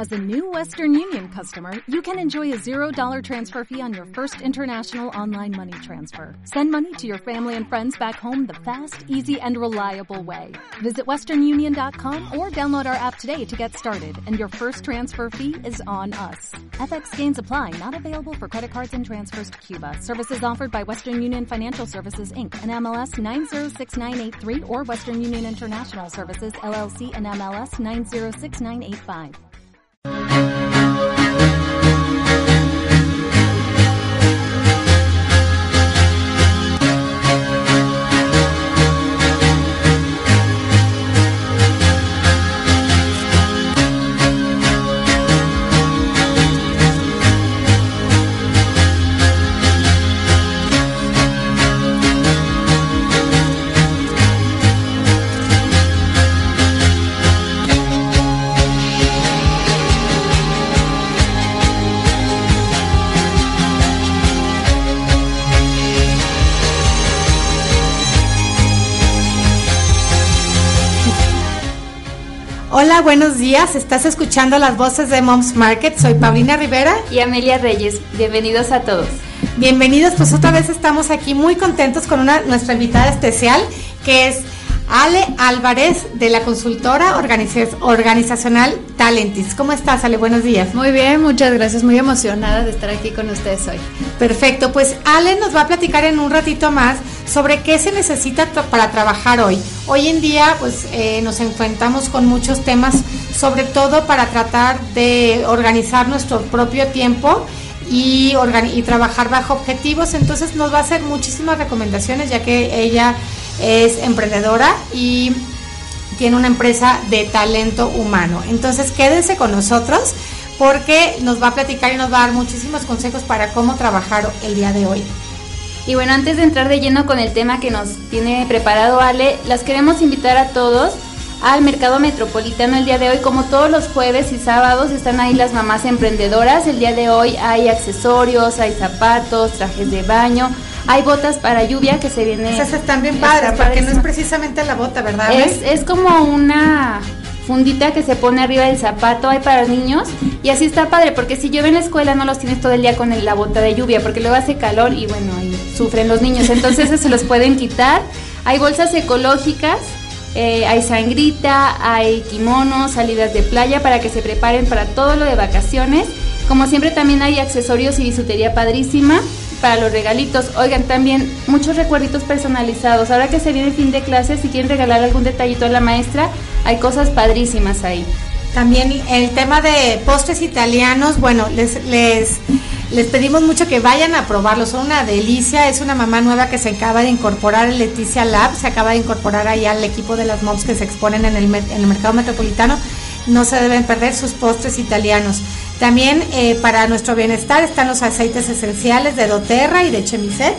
As a new Western Union customer, you can enjoy a $0 transfer fee on your first international online money transfer. Send money to your family and friends back home the fast, easy, and reliable way. Visit westernunion.com or download our app today to get started, and your first transfer fee is on us. FX gains apply, not available for credit cards and transfers to Cuba. Services offered by Western Union Financial Services, Inc., and MLS 906983, or Western Union International Services, LLC, and MLS 906985. Hola, buenos días. Estás escuchando las voces de Moms Market. Soy Paulina Rivera y Amelia Reyes. Bienvenidos a todos. Bienvenidos, pues otra vez estamos aquí muy contentos con nuestra invitada especial, que es Ale Álvarez, de la consultora organizacional Talentis. ¿Cómo estás, Ale? Buenos días. Muy bien, muchas gracias. Muy emocionada de estar aquí con ustedes hoy. Perfecto, pues Ale nos va a platicar en un ratito más sobre qué se necesita para trabajar hoy. Hoy en día, pues nos enfrentamos con muchos temas, sobre todo para tratar de organizar nuestro propio tiempo y trabajar bajo objetivos. Entonces nos va a hacer muchísimas recomendaciones, ya que ella es emprendedora y tiene una empresa de talento humano. Entonces quédense con nosotros porque nos va a platicar y nos va a dar muchísimos consejos para cómo trabajar el día de hoy. Y bueno, antes de entrar de lleno con el tema que nos tiene preparado Ale, las queremos invitar a todos al Mercado Metropolitano el día de hoy. Como todos los jueves y sábados están ahí las mamás emprendedoras. El día de hoy hay accesorios, hay zapatos, trajes de baño, hay botas para lluvia que se viene. Esas están bien padres, porque no es precisamente la bota, ¿verdad? Es como una fundita que se pone arriba del zapato, hay para niños, y así está padre, porque si llueve en la escuela no los tienes todo el día con la bota de lluvia, porque luego hace calor y bueno, y sufren los niños, entonces se los pueden quitar. Hay bolsas ecológicas, hay sangrita, hay kimonos, salidas de playa para que se preparen para todo lo de vacaciones. Como siempre también hay accesorios y bisutería padrísima para los regalitos. Oigan, también muchos recuerditos personalizados. Ahora que se viene el fin de clase, si quieren regalar algún detallito a la maestra, hay cosas padrísimas ahí. También el tema de postres italianos, bueno, les pedimos mucho que vayan a probarlos, son una delicia. Es una mamá nueva que se acaba de incorporar en Leticia Lab, se acaba de incorporar ahí al equipo de las moms que se exponen en el Mercado Metropolitano. No se deben perder sus postres italianos. También para nuestro bienestar están los aceites esenciales de doTERRA y de Chemicet.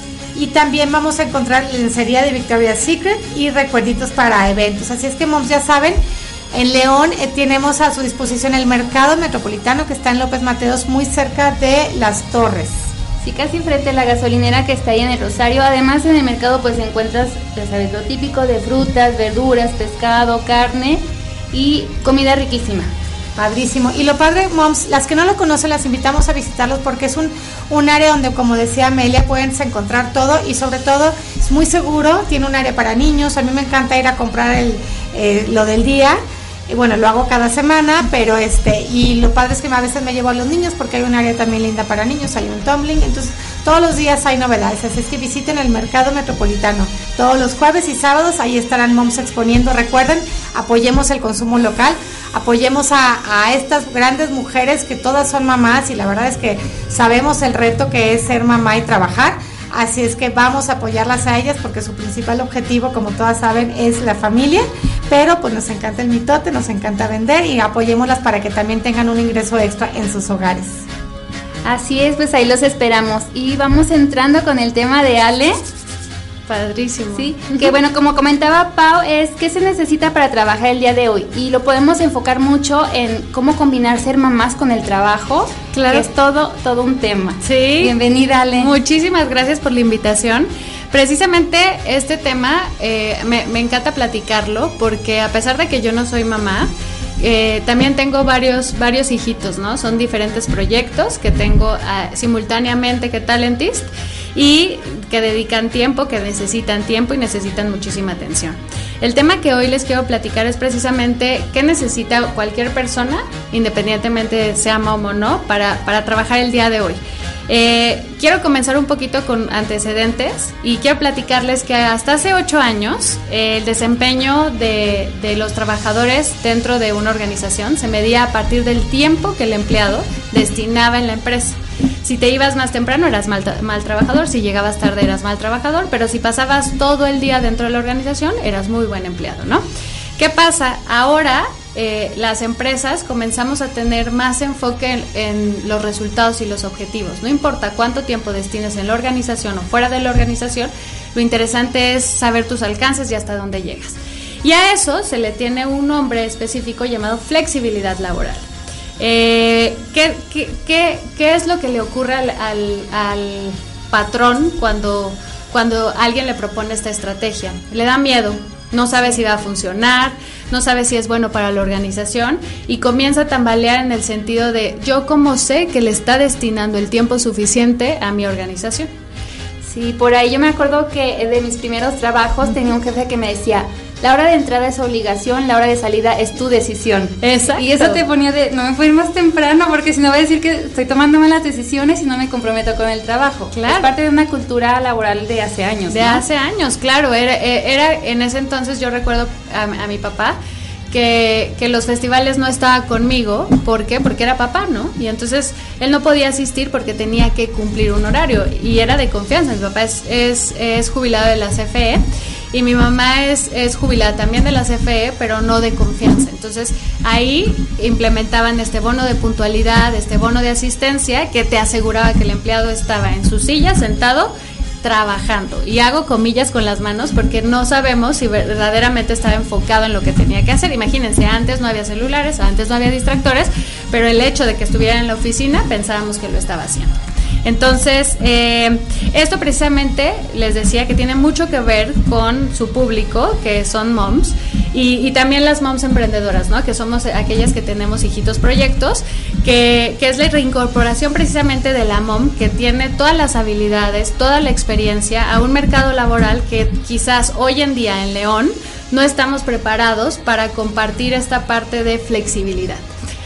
Y también vamos a encontrar lencería de Victoria's Secret y recuerditos para eventos. Así es que, moms, ya saben, en León tenemos a su disposición el Mercado Metropolitano, que está en López Mateos, muy cerca de Las Torres. Sí, casi enfrente de la gasolinera que está ahí en el Rosario. Además, en el mercado pues encuentras, ya sabes, lo típico de frutas, verduras, pescado, carne y comida riquísima. Padrísimo. Y lo padre, moms, las que no lo conocen, las invitamos a visitarlos porque es un área donde, como decía Amelia, pueden encontrar todo y sobre todo es muy seguro. Tiene un área para niños. A mí me encanta ir a comprar lo del día. Y bueno, lo hago cada semana, pero y lo padre es que a veces me llevo a los niños porque hay un área también linda para niños, hay un tumbling, entonces todos los días hay novedades, así es que visiten el Mercado Metropolitano, todos los jueves y sábados, ahí estarán moms exponiendo. Recuerden, apoyemos el consumo local, apoyemos a estas grandes mujeres que todas son mamás y la verdad es que sabemos el reto que es ser mamá y trabajar. Así es que vamos a apoyarlas a ellas porque su principal objetivo, como todas saben, es la familia, pero pues nos encanta el mitote, nos encanta vender y apoyémoslas para que también tengan un ingreso extra en sus hogares. Así es, pues ahí los esperamos y vamos entrando con el tema de Ale. Padrísimo. Sí, que bueno, como comentaba Pau, es qué se necesita para trabajar el día de hoy y lo podemos enfocar mucho en cómo combinar ser mamás con el trabajo. Claro. Que es todo un tema. Sí. Bienvenida, Ale. Muchísimas gracias por la invitación. Precisamente este tema me encanta platicarlo porque a pesar de que yo no soy mamá, también tengo varios hijitos, ¿no? Son diferentes proyectos que tengo simultáneamente que Talentist y que dedican tiempo, que necesitan tiempo y necesitan muchísima atención. El tema que hoy les quiero platicar es precisamente qué necesita cualquier persona, independientemente sea mom o no, para trabajar el día de hoy. Quiero comenzar un poquito con antecedentes y quiero platicarles que hasta hace 8 años el desempeño de los trabajadores dentro de una organización se medía a partir del tiempo que el empleado destinaba en la empresa. Si te ibas más temprano eras mal trabajador, si llegabas tarde eras mal trabajador, pero si pasabas todo el día dentro de la organización eras muy buen empleado, ¿no? ¿Qué pasa? Ahora las empresas comenzamos a tener más enfoque en los resultados y los objetivos. No importa cuánto tiempo destines en la organización o fuera de la organización, lo interesante es saber tus alcances y hasta dónde llegas. Y a eso se le tiene un nombre específico llamado flexibilidad laboral. ¿Qué es lo que le ocurre al patrón cuando alguien le propone esta estrategia? Le da miedo, no sabe si va a funcionar, no sabe si es bueno para la organización y comienza a tambalear en el sentido de yo cómo sé que le está destinando el tiempo suficiente a mi organización. Sí, por ahí yo me acuerdo que de mis primeros trabajos tenía un jefe que me decía: la hora de entrada es obligación, la hora de salida es tu decisión. Exacto. Y eso te ponía no me puedo ir más temprano porque si no voy a decir que estoy tomando malas decisiones y no me comprometo con el trabajo. Claro. Es parte de una cultura laboral de hace años, De ¿no? hace años, claro. Era en ese entonces, yo recuerdo a mi papá que los festivales no estaba conmigo. ¿Por qué? Porque era papá, ¿no? Y entonces él no podía asistir porque tenía que cumplir un horario y era de confianza. Mi papá es jubilado de la CFE y mi mamá es jubilada también de la CFE, pero no de confianza. Entonces ahí implementaban este bono de puntualidad, este bono de asistencia que te aseguraba que el empleado estaba en su silla sentado trabajando, y hago comillas con las manos porque no sabemos si verdaderamente estaba enfocado en lo que tenía que hacer. Imagínense, antes no había celulares, antes no había distractores, pero el hecho de que estuviera en la oficina pensábamos que lo estaba haciendo. Entonces, esto precisamente les decía que tiene mucho que ver con su público, que son moms, y también las moms emprendedoras, ¿no? Que somos aquellas que tenemos hijitos proyectos, que es la reincorporación precisamente de la mom que tiene todas las habilidades, toda la experiencia a un mercado laboral que quizás hoy en día en León no estamos preparados para compartir esta parte de flexibilidad.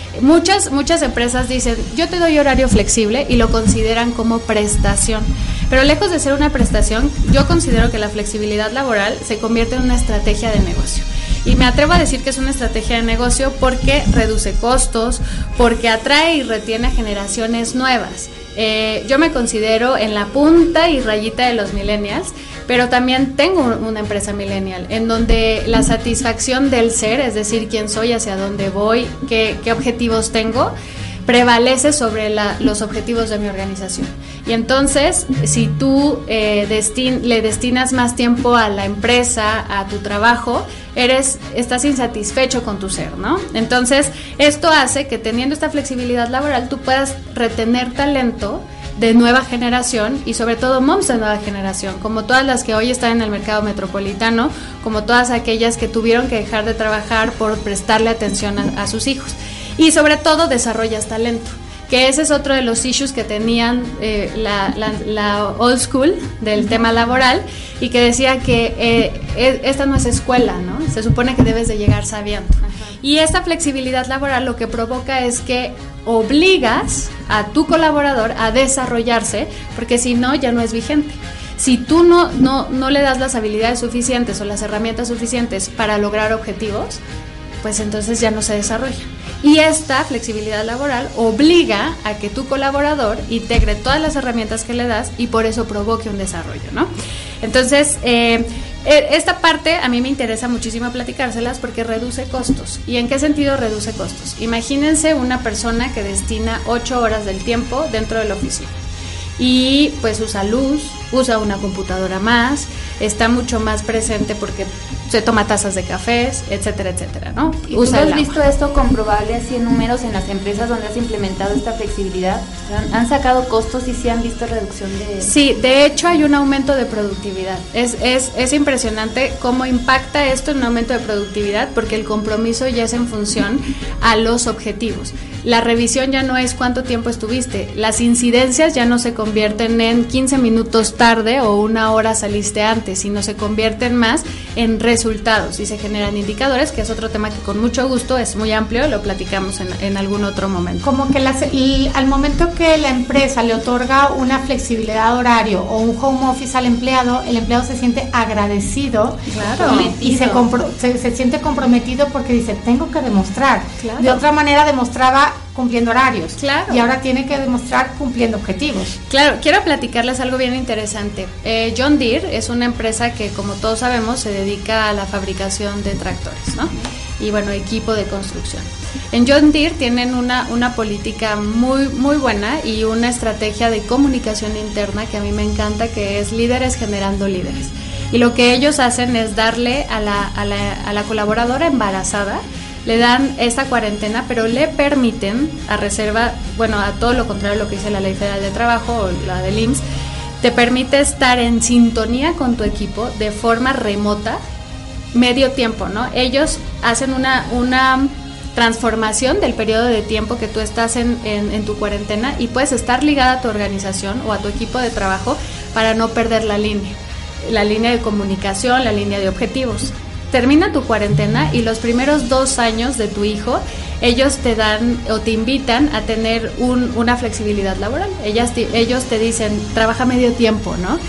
Muchas empresas dicen, yo te doy horario flexible, y lo consideran como prestación. Pero lejos de ser una prestación, yo considero que la flexibilidad laboral se convierte en una estrategia de negocio. Y me atrevo a decir que es una estrategia de negocio porque reduce costos, porque atrae y retiene a generaciones nuevas. Yo me considero en la punta y rayita de los millennials, pero también tengo una empresa millennial en donde la satisfacción del ser, es decir, quién soy, hacia dónde voy, qué objetivos tengo, prevalece sobre los objetivos de mi organización. Y entonces, si tú le destinas más tiempo a la empresa, a tu trabajo, estás insatisfecho con tu ser, ¿no? Entonces, esto hace que teniendo esta flexibilidad laboral, tú puedas retener talento de nueva generación y sobre todo moms de nueva generación, como todas las que hoy están en el mercado metropolitano, como todas aquellas que tuvieron que dejar de trabajar por prestarle atención a sus hijos. Y sobre todo desarrollas talento, que ese es otro de los issues que tenían la old school del tema laboral, y que decía que esta no es escuela, ¿no? Se supone que debes de llegar sabiendo. Ajá. Y esta flexibilidad laboral lo que provoca es que obligas a tu colaborador a desarrollarse, porque si no, ya no es vigente. Si tú no le das las habilidades suficientes o las herramientas suficientes para lograr objetivos, pues entonces ya no se desarrolla. Y esta flexibilidad laboral obliga a que tu colaborador integre todas las herramientas que le das y por eso provoque un desarrollo, ¿no? Entonces, esta parte a mí me interesa muchísimo platicárselas porque reduce costos. ¿Y en qué sentido reduce costos? Imagínense una persona que destina 8 horas del tiempo dentro de la oficina y pues usa luz, usa una computadora más, está mucho más presente porque se toma tazas de cafés, etcétera, etcétera, ¿no? ¿Y tú has visto esto comprobable así en números en las empresas donde has implementado esta flexibilidad? ¿Han sacado costos y sí han visto reducción de...? Sí, de hecho hay un aumento de productividad. Es impresionante cómo impacta esto en un aumento de productividad, porque el compromiso ya es en función a los objetivos. La revisión ya no es cuánto tiempo estuviste, las incidencias ya no se convierten en 15 minutos tarde o 1 hora saliste antes, sino se convierten más en resultados y se generan indicadores, que es otro tema que con mucho gusto es muy amplio, lo platicamos en algún otro momento. Como que al momento que la empresa le otorga una flexibilidad de horario o un home office al empleado, el empleado se siente agradecido, claro, y se siente comprometido porque dice, tengo que demostrar. Claro. De otra manera demostraba cumpliendo horarios, claro, y ahora tiene que demostrar cumpliendo objetivos. Claro, quiero platicarles algo bien interesante. John Deere es una empresa que, como todos sabemos, se dedica a la fabricación de tractores, ¿no? Y bueno, equipo de construcción. En John Deere tienen una política muy, muy buena y una estrategia de comunicación interna que a mí me encanta, que es líderes generando líderes. Y lo que ellos hacen es darle a la colaboradora embarazada, le dan esta cuarentena, pero le permiten a reserva, bueno, a todo lo contrario a lo que dice la Ley Federal de Trabajo o la del IMSS, te permite estar en sintonía con tu equipo de forma remota, medio tiempo, ¿no? Ellos hacen una transformación del periodo de tiempo que tú estás en tu cuarentena, y puedes estar ligada a tu organización o a tu equipo de trabajo para no perder la línea de comunicación, la línea de objetivos. Termina tu cuarentena y los primeros 2 años de tu hijo, ellos te dan o te invitan a tener una flexibilidad laboral. Ellos te dicen, trabaja medio tiempo, ¿no?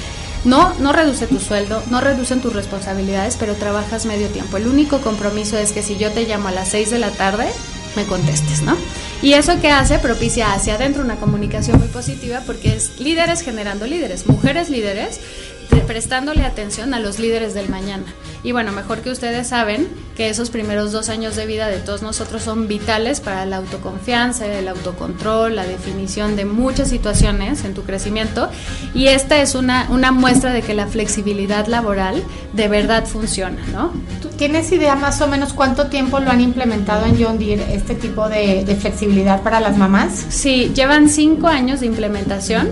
No reduce tu sueldo, no reducen tus responsabilidades, pero trabajas medio tiempo. El único compromiso es que si yo te llamo a las 6 de la tarde, me contestes, ¿no? Y eso que hace, propicia hacia adentro una comunicación muy positiva, porque es líderes generando líderes, mujeres líderes, prestándole atención a los líderes del mañana. Y bueno, mejor que ustedes saben que esos primeros 2 años de vida de todos nosotros son vitales para la autoconfianza, el autocontrol, la definición de muchas situaciones en tu crecimiento, y esta es una muestra de que la flexibilidad laboral de verdad funciona, ¿no? ¿Tú tienes idea más o menos cuánto tiempo lo han implementado en John Deere, este tipo de flexibilidad para las mamás? Sí, llevan 5 años de implementación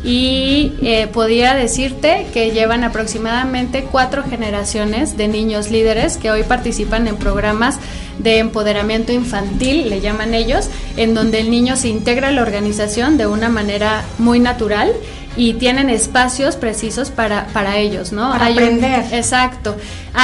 y podría decirte que llevan aproximadamente 4 generaciones de niños líderes que hoy participan en programas de empoderamiento infantil, le llaman ellos, en donde el niño se integra a la organización de una manera muy natural y tienen espacios precisos para ellos, ¿no? Para aprender. Exacto.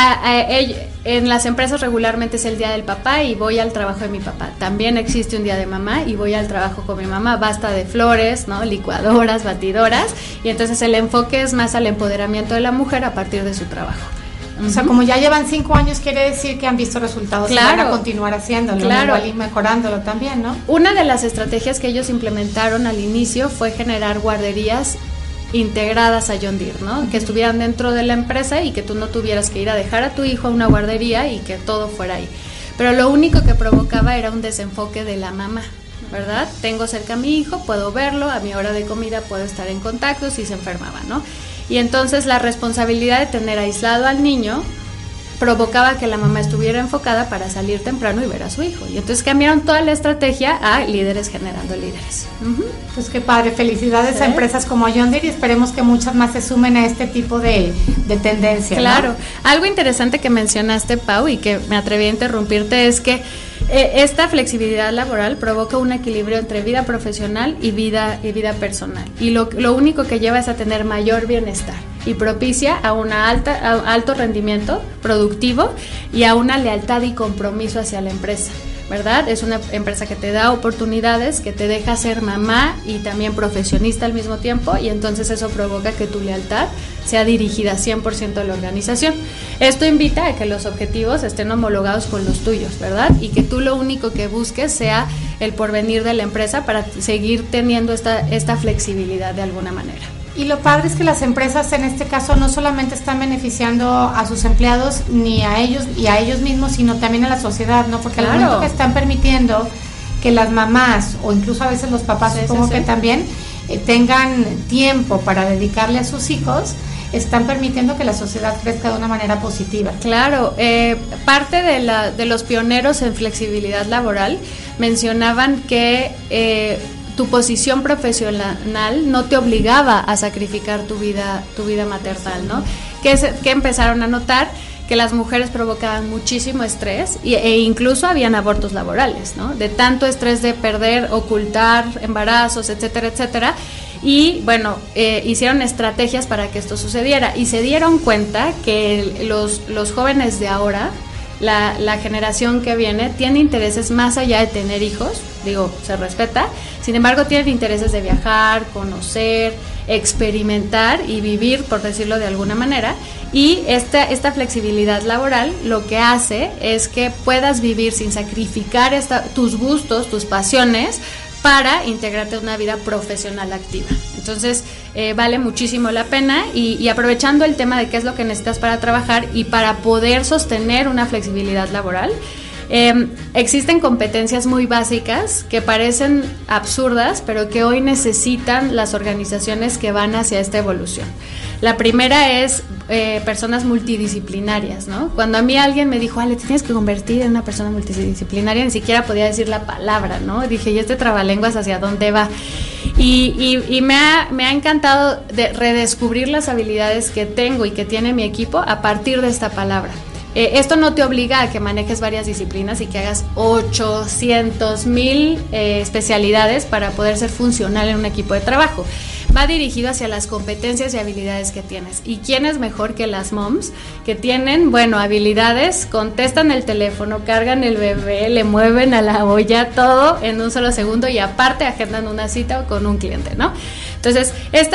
En las empresas regularmente es el día del papá y voy al trabajo de mi papá. También existe un día de mamá y voy al trabajo con mi mamá. Basta de flores, ¿no? Licuadoras, batidoras. Y entonces el enfoque es más al empoderamiento de la mujer a partir de su trabajo. O sea, como ya llevan 5 años, quiere decir que han visto resultados, claro, y van a continuar haciéndolo, claro, igual y mejorándolo también, ¿no? Una de las estrategias que ellos implementaron al inicio fue generar guarderías integradas a John Deere, ¿no? Que estuvieran dentro de la empresa y que tú no tuvieras que ir a dejar a tu hijo a una guardería y que todo fuera ahí. Pero lo único que provocaba era un desenfoque de la mamá, ¿verdad? Tengo cerca a mi hijo, puedo verlo, a mi hora de comida puedo estar en contacto si se enfermaba, ¿no? Y entonces la responsabilidad de tener aislado al niño provocaba que la mamá estuviera enfocada para salir temprano y ver a su hijo. Y entonces cambiaron toda la estrategia a líderes generando líderes. Pues qué padre, felicidades, ¿sí?, a empresas como John Deere, y esperemos que muchas más se sumen a este tipo de tendencia. Claro, ¿no? Algo interesante que mencionaste, Pau, y que me atreví a interrumpirte, es que esta flexibilidad laboral provoca un equilibrio entre vida profesional y vida personal, y lo único que lleva es a tener mayor bienestar y propicia a alto rendimiento productivo y a una lealtad y compromiso hacia la empresa, ¿verdad? Es una empresa que te da oportunidades, que te deja ser mamá y también profesionista al mismo tiempo, y entonces eso provoca que tu lealtad sea dirigida 100% a la organización. Esto invita a que los objetivos estén homologados con los tuyos, ¿verdad? Y que tú lo único que busques sea el porvenir de la empresa para seguir teniendo esta flexibilidad de alguna manera. Y lo padre es que las empresas en este caso no solamente están beneficiando a sus empleados ni a ellos y a ellos mismos, sino también a la sociedad, ¿no? Porque al momento que están permitiendo que las mamás o incluso a veces los papás, supongo que también tengan tiempo para dedicarle a sus hijos, están permitiendo que la sociedad crezca de una manera positiva. Claro, parte de los pioneros en flexibilidad laboral mencionaban que tu posición profesional no te obligaba a sacrificar tu vida maternal, ¿no? Que empezaron a notar que las mujeres provocaban muchísimo estrés e incluso habían abortos laborales, ¿no? De tanto estrés de perder, ocultar embarazos, etcétera, etcétera. Y bueno, hicieron estrategias para que esto sucediera y se dieron cuenta que los jóvenes de ahora, la generación que viene, tiene intereses más allá de tener hijos, digo, se respeta, sin embargo tienen intereses de viajar, conocer, experimentar y vivir, por decirlo de alguna manera, y esta flexibilidad laboral lo que hace es que puedas vivir sin sacrificar tus gustos, tus pasiones, para integrarte a una vida profesional activa. Entonces, vale muchísimo la pena y aprovechando el tema de qué es lo que necesitas para trabajar y para poder sostener una flexibilidad laboral, existen competencias muy básicas que parecen absurdas, pero que hoy necesitan las organizaciones que van hacia esta evolución. La primera es personas multidisciplinarias, ¿no? Cuando a mí alguien me dijo, Ale, te tienes que convertir en una persona multidisciplinaria, ni siquiera podía decir la palabra, ¿no? Dije, ¿y este trabalenguas hacia dónde va? Y me ha encantado redescubrir las habilidades que tengo y que tiene mi equipo a partir de esta palabra. Esto no te obliga a que manejes varias disciplinas y que hagas 800,000 especialidades para poder ser funcional en un equipo de trabajo. Va dirigido hacia las competencias y habilidades que tienes. ¿Y quién es mejor que las moms que tienen, bueno, habilidades, contestan el teléfono, cargan el bebé, le mueven a la olla, todo en un solo segundo y aparte agendan una cita con un cliente, ¿no? Entonces,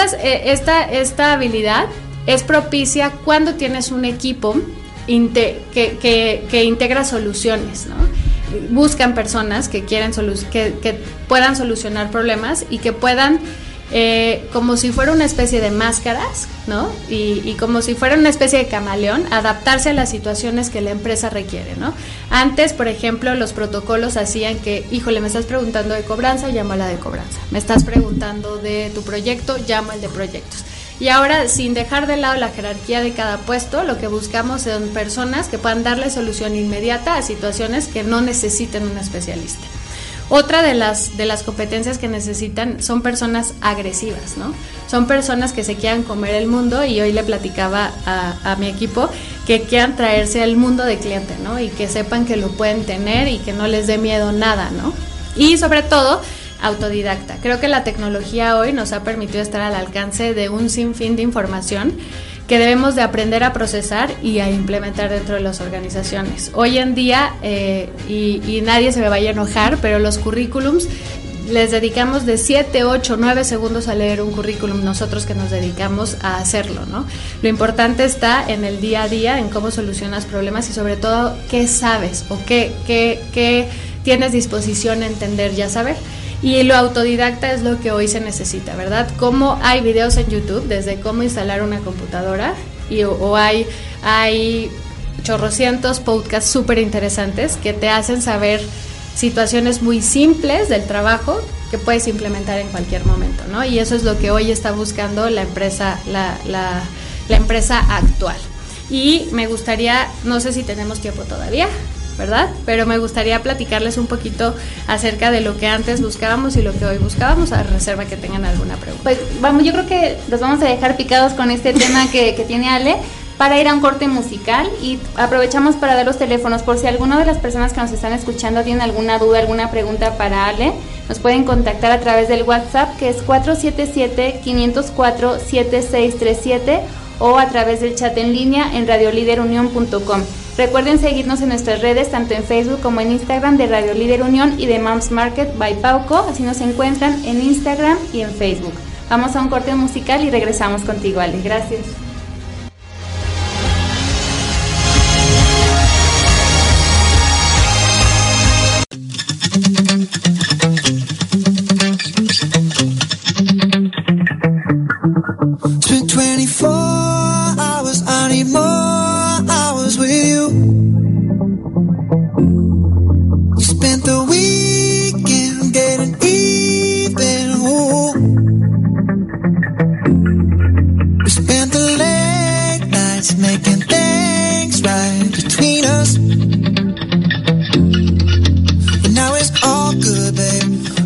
esta habilidad es propicia cuando tienes un equipo que integra soluciones, ¿no? Buscan personas que quieren que puedan solucionar problemas y que puedan como si fuera una especie de máscaras, ¿no? Y como si fuera una especie de camaleón, adaptarse a las situaciones que la empresa requiere, ¿no? Antes, por ejemplo, los protocolos hacían que, híjole, me estás preguntando de cobranza, llamo a la de cobranza. Me estás preguntando de tu proyecto, llamo al de proyectos. Y ahora, sin dejar de lado la jerarquía de cada puesto, lo que buscamos son personas que puedan darle solución inmediata a situaciones que no necesiten un especialista. Otra de las competencias que necesitan son personas agresivas, ¿no? Son personas que se quieran comer el mundo y hoy le platicaba a mi equipo que quieran traerse al mundo de cliente, ¿no? Y que sepan que lo pueden tener y que no les dé miedo nada, ¿no? Y sobre todo, autodidacta. Creo que la tecnología hoy nos ha permitido estar al alcance de un sinfín de información que debemos de aprender a procesar y a implementar dentro de las organizaciones. Hoy en día, y nadie se me vaya a enojar, pero los currículums les dedicamos de 7, 8, 9 segundos a leer un currículum, nosotros que nos dedicamos a hacerlo, ¿no? Lo importante está en el día a día, en cómo solucionas problemas y sobre todo qué sabes o qué tienes disposición a entender y a saber. Y lo autodidacta es lo que hoy se necesita, ¿verdad? Como hay videos en YouTube desde cómo instalar una computadora o hay chorrocientos podcasts súper interesantes que te hacen saber situaciones muy simples del trabajo que puedes implementar en cualquier momento, ¿no? Y eso es lo que hoy está buscando la empresa, la empresa actual. Y me gustaría, no sé si tenemos tiempo todavía, ¿verdad? Pero me gustaría platicarles un poquito acerca de lo que antes buscábamos y lo que hoy buscábamos, a reserva que tengan alguna pregunta. Pues vamos, yo creo que los vamos a dejar picados con este tema que tiene Ale para ir a un corte musical y aprovechamos para dar los teléfonos por si alguna de las personas que nos están escuchando tienen alguna duda, alguna pregunta para Ale, nos pueden contactar a través del WhatsApp que es 477-504-7637 o a través del chat en línea en radioliderunion.com. Recuerden seguirnos en nuestras redes, tanto en Facebook como en Instagram de Radio Líder Unión y de Moms Market by Pauco, así nos encuentran en Instagram y en Facebook. Vamos a un corte musical y regresamos contigo, Ale. Gracias. Spent the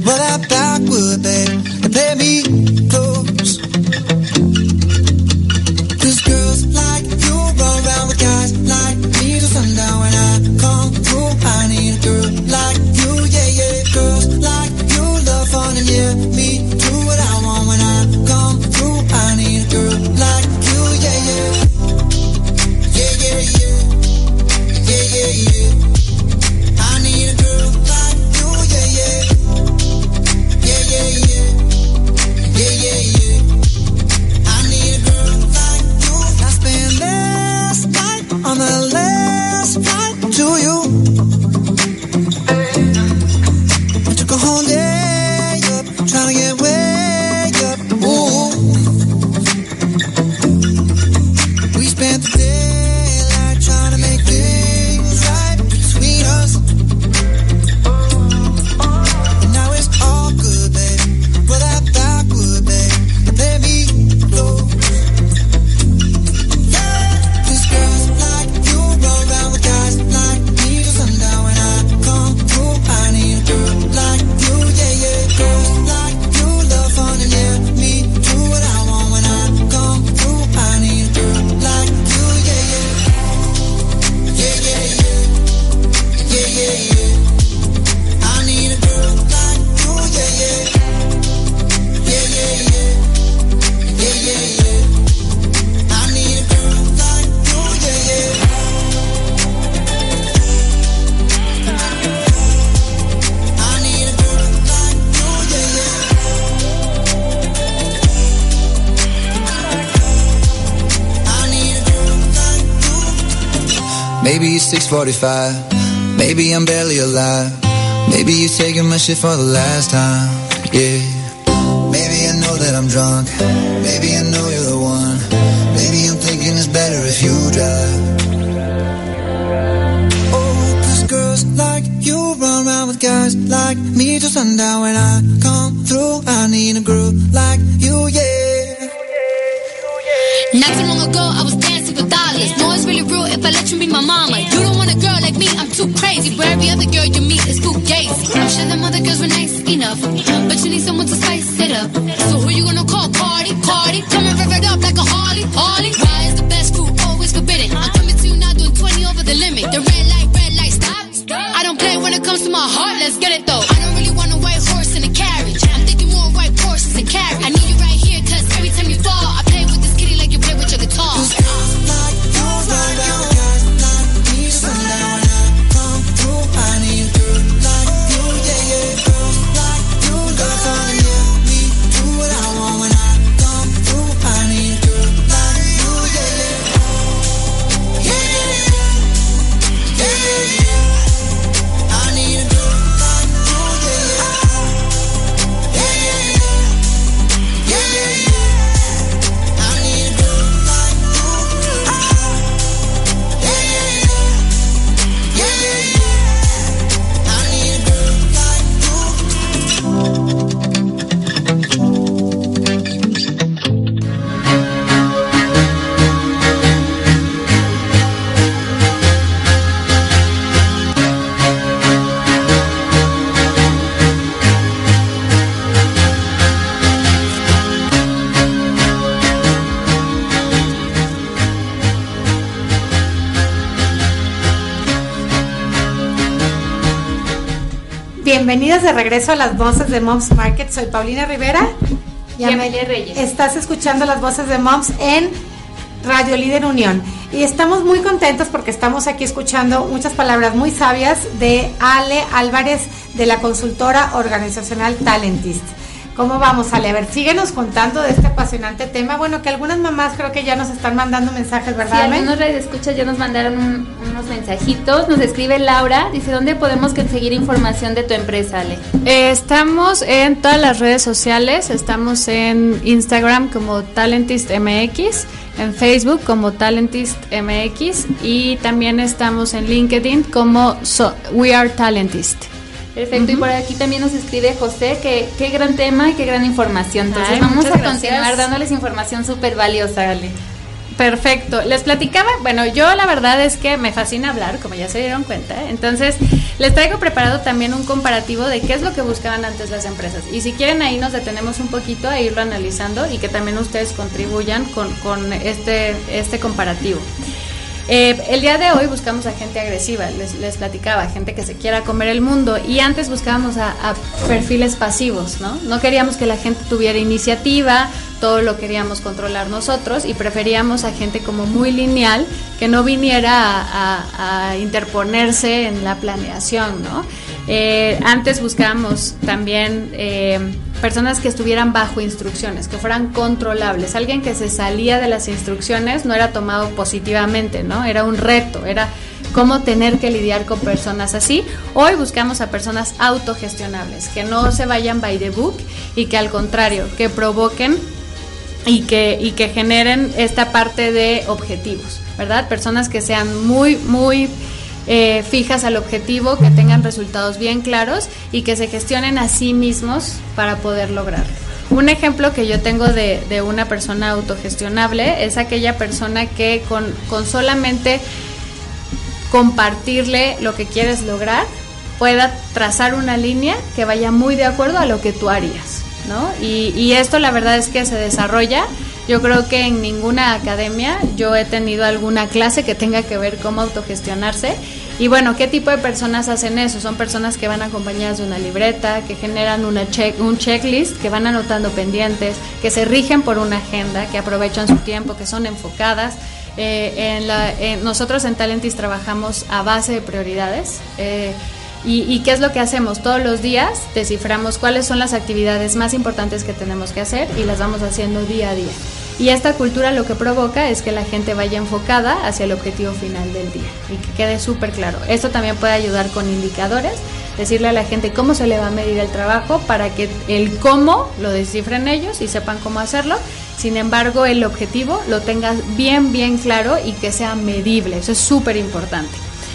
Well, that backward, babe, and play me close. 'Cause girls like you run around with guys like me till sundown. When I come through, I need a girl like you, yeah, yeah. Girls like you love fun and yeah, me do what I want. When I come through, I need a girl like you, yeah, yeah. Yeah, yeah, yeah. Yeah, yeah, yeah. I need a girl like you, yeah, yeah. Yeah, yeah, yeah. Yeah, yeah, yeah. I need a girl like you. I spent last night on the last flight to you. I took a whole day up, trying to get way up. Ooh. We spent the daylight trying to make things right between us. And now it's all good, babe. Well, that backward, babe, let me close. Yeah, 'cause girls like you run around with guys like me till sundown. When I come through, I need a girl like you, yeah, yeah. Girls like you love fun and yeah, me do what I want. When I come through, I need a girl like you, yeah, yeah. Yeah, yeah, yeah. Yeah, yeah, yeah. I need a girl like you, yeah, yeah. Yeah, yeah, yeah. Yeah, yeah, yeah. I need a girl like you, yeah, yeah. I need a girl like you, yeah, yeah. I need a girl like you. Maybe it's 6:45. Maybe I'm barely alive. Maybe you're taking my shit for the last time. Yeah. Maybe I know that I'm drunk. Maybe I know you're the one. Maybe I'm thinking it's better if you drive. Oh, 'cause girls like you run around with guys like me till sundown. When I come through, I need a girl like you, yeah. Not too long ago, I was dancing for dollars. No, it's really real if I let you be my mama. You don't want a girl like me, I'm too crazy. Where every other girl you meet is fugazi. I'm sure them other girls were nice enough, but you need someone to spice it up. So who you gonna call? Cardi, Cardi. Come and rev it up like a Harley, Harley. Why is the best food always forbidden? I'm coming to you now doing 20 over the limit. The red light, stop. I don't play when it comes to my heart, let's get it though. I don't really want a white horse in a carriage. I'm thinking more white horses and carriage. I need you right here, 'cause every time you fall, I play with this kitty like you play with your guitar. Like you run around with guys like me till sundown. When I come through, I need a girl like you, yeah, yeah. Girls like you love fun and yeah, me do what I want. When I come through, I need a girl like you, yeah, yeah. Yeah, yeah, yeah. Yeah, yeah, yeah. I need a girl like you, yeah, yeah. Yeah, yeah, yeah. Yeah, yeah, yeah. I need a girl like you. Yeah, yeah, yeah. Yeah, yeah, yeah. I need a girl like you. Bienvenidos de regreso a las voces de Moms Market. Soy Paulina Rivera Y Amelia Reyes. Estás escuchando las voces de Moms en Radio Líder Unión. Y estamos muy contentos porque estamos aquí escuchando muchas palabras muy sabias de Ale Álvarez, de la consultora organizacional Talentist. ¿Cómo vamos, Ale? A ver, síguenos contando de este apasionante tema. Bueno, que algunas mamás creo que ya nos están mandando mensajes, ¿verdad, Sí, Ale? algunos radioescuchas ya nos mandaron unos mensajitos. Nos escribe Laura, dice, ¿dónde podemos conseguir información de tu empresa, Ale? Estamos en todas las redes sociales, estamos en Instagram como Talentist MX, en Facebook como Talentist MX y también estamos en LinkedIn como We Are Talentist. Perfecto, y por aquí también nos escribe José, que qué gran tema y qué gran información. Entonces Ay, vamos a muchas continuar gracias. dándoles información súper valiosa, Ale. Perfecto. Les platicaba, bueno, yo la verdad es que me fascina hablar, como ya se dieron cuenta. Entonces, les traigo preparado también un comparativo de qué es lo que buscaban antes las empresas. Y si quieren, ahí nos detenemos un poquito a irlo analizando y que también ustedes contribuyan con este comparativo. El día de hoy buscamos a gente agresiva, les platicaba, gente que se quiera comer el mundo, y antes buscábamos a perfiles pasivos, ¿no? No queríamos que la gente tuviera iniciativa, todo lo queríamos controlar nosotros y preferíamos a gente como muy lineal, que no viniera a interponerse en la planeación, ¿no? Antes buscábamos también personas que estuvieran bajo instrucciones, que fueran controlables. Alguien que se salía de las instrucciones no era tomado positivamente, ¿no? Era un reto, era cómo tener que lidiar con personas así. Hoy buscamos a personas autogestionables, que no se vayan by the book y que al contrario, que provoquen y que generen esta parte de objetivos, ¿verdad? Personas que sean muy fijas al objetivo, que tengan resultados bien claros y que se gestionen a sí mismos para poder lograrlo. Un ejemplo que yo tengo de una persona autogestionable es aquella persona que con solamente compartirle lo que quieres lograr pueda trazar una línea que vaya muy de acuerdo a lo que tú harías, ¿no? Y esto la verdad es que se desarrolla. Yo creo que en ninguna academia yo he tenido alguna clase que tenga que ver cómo autogestionarse. Y bueno, ¿qué tipo de personas hacen eso? Son personas que van acompañadas de una libreta, que generan un checklist, que van anotando pendientes, que se rigen por una agenda, que aprovechan su tiempo, que son enfocadas. Nosotros en Talentis trabajamos a base de prioridades. ¿Y qué es lo que hacemos? Todos los días desciframos cuáles son las actividades más importantes que tenemos que hacer y las vamos haciendo día a día. Y esta cultura lo que provoca es que la gente vaya enfocada hacia el objetivo final del día y que quede súper claro. Esto también puede ayudar con indicadores, decirle a la gente cómo se le va a medir el trabajo para que el cómo lo descifren ellos y sepan cómo hacerlo. Sin embargo, el objetivo lo tengas bien claro y que sea medible. Eso es súper importante.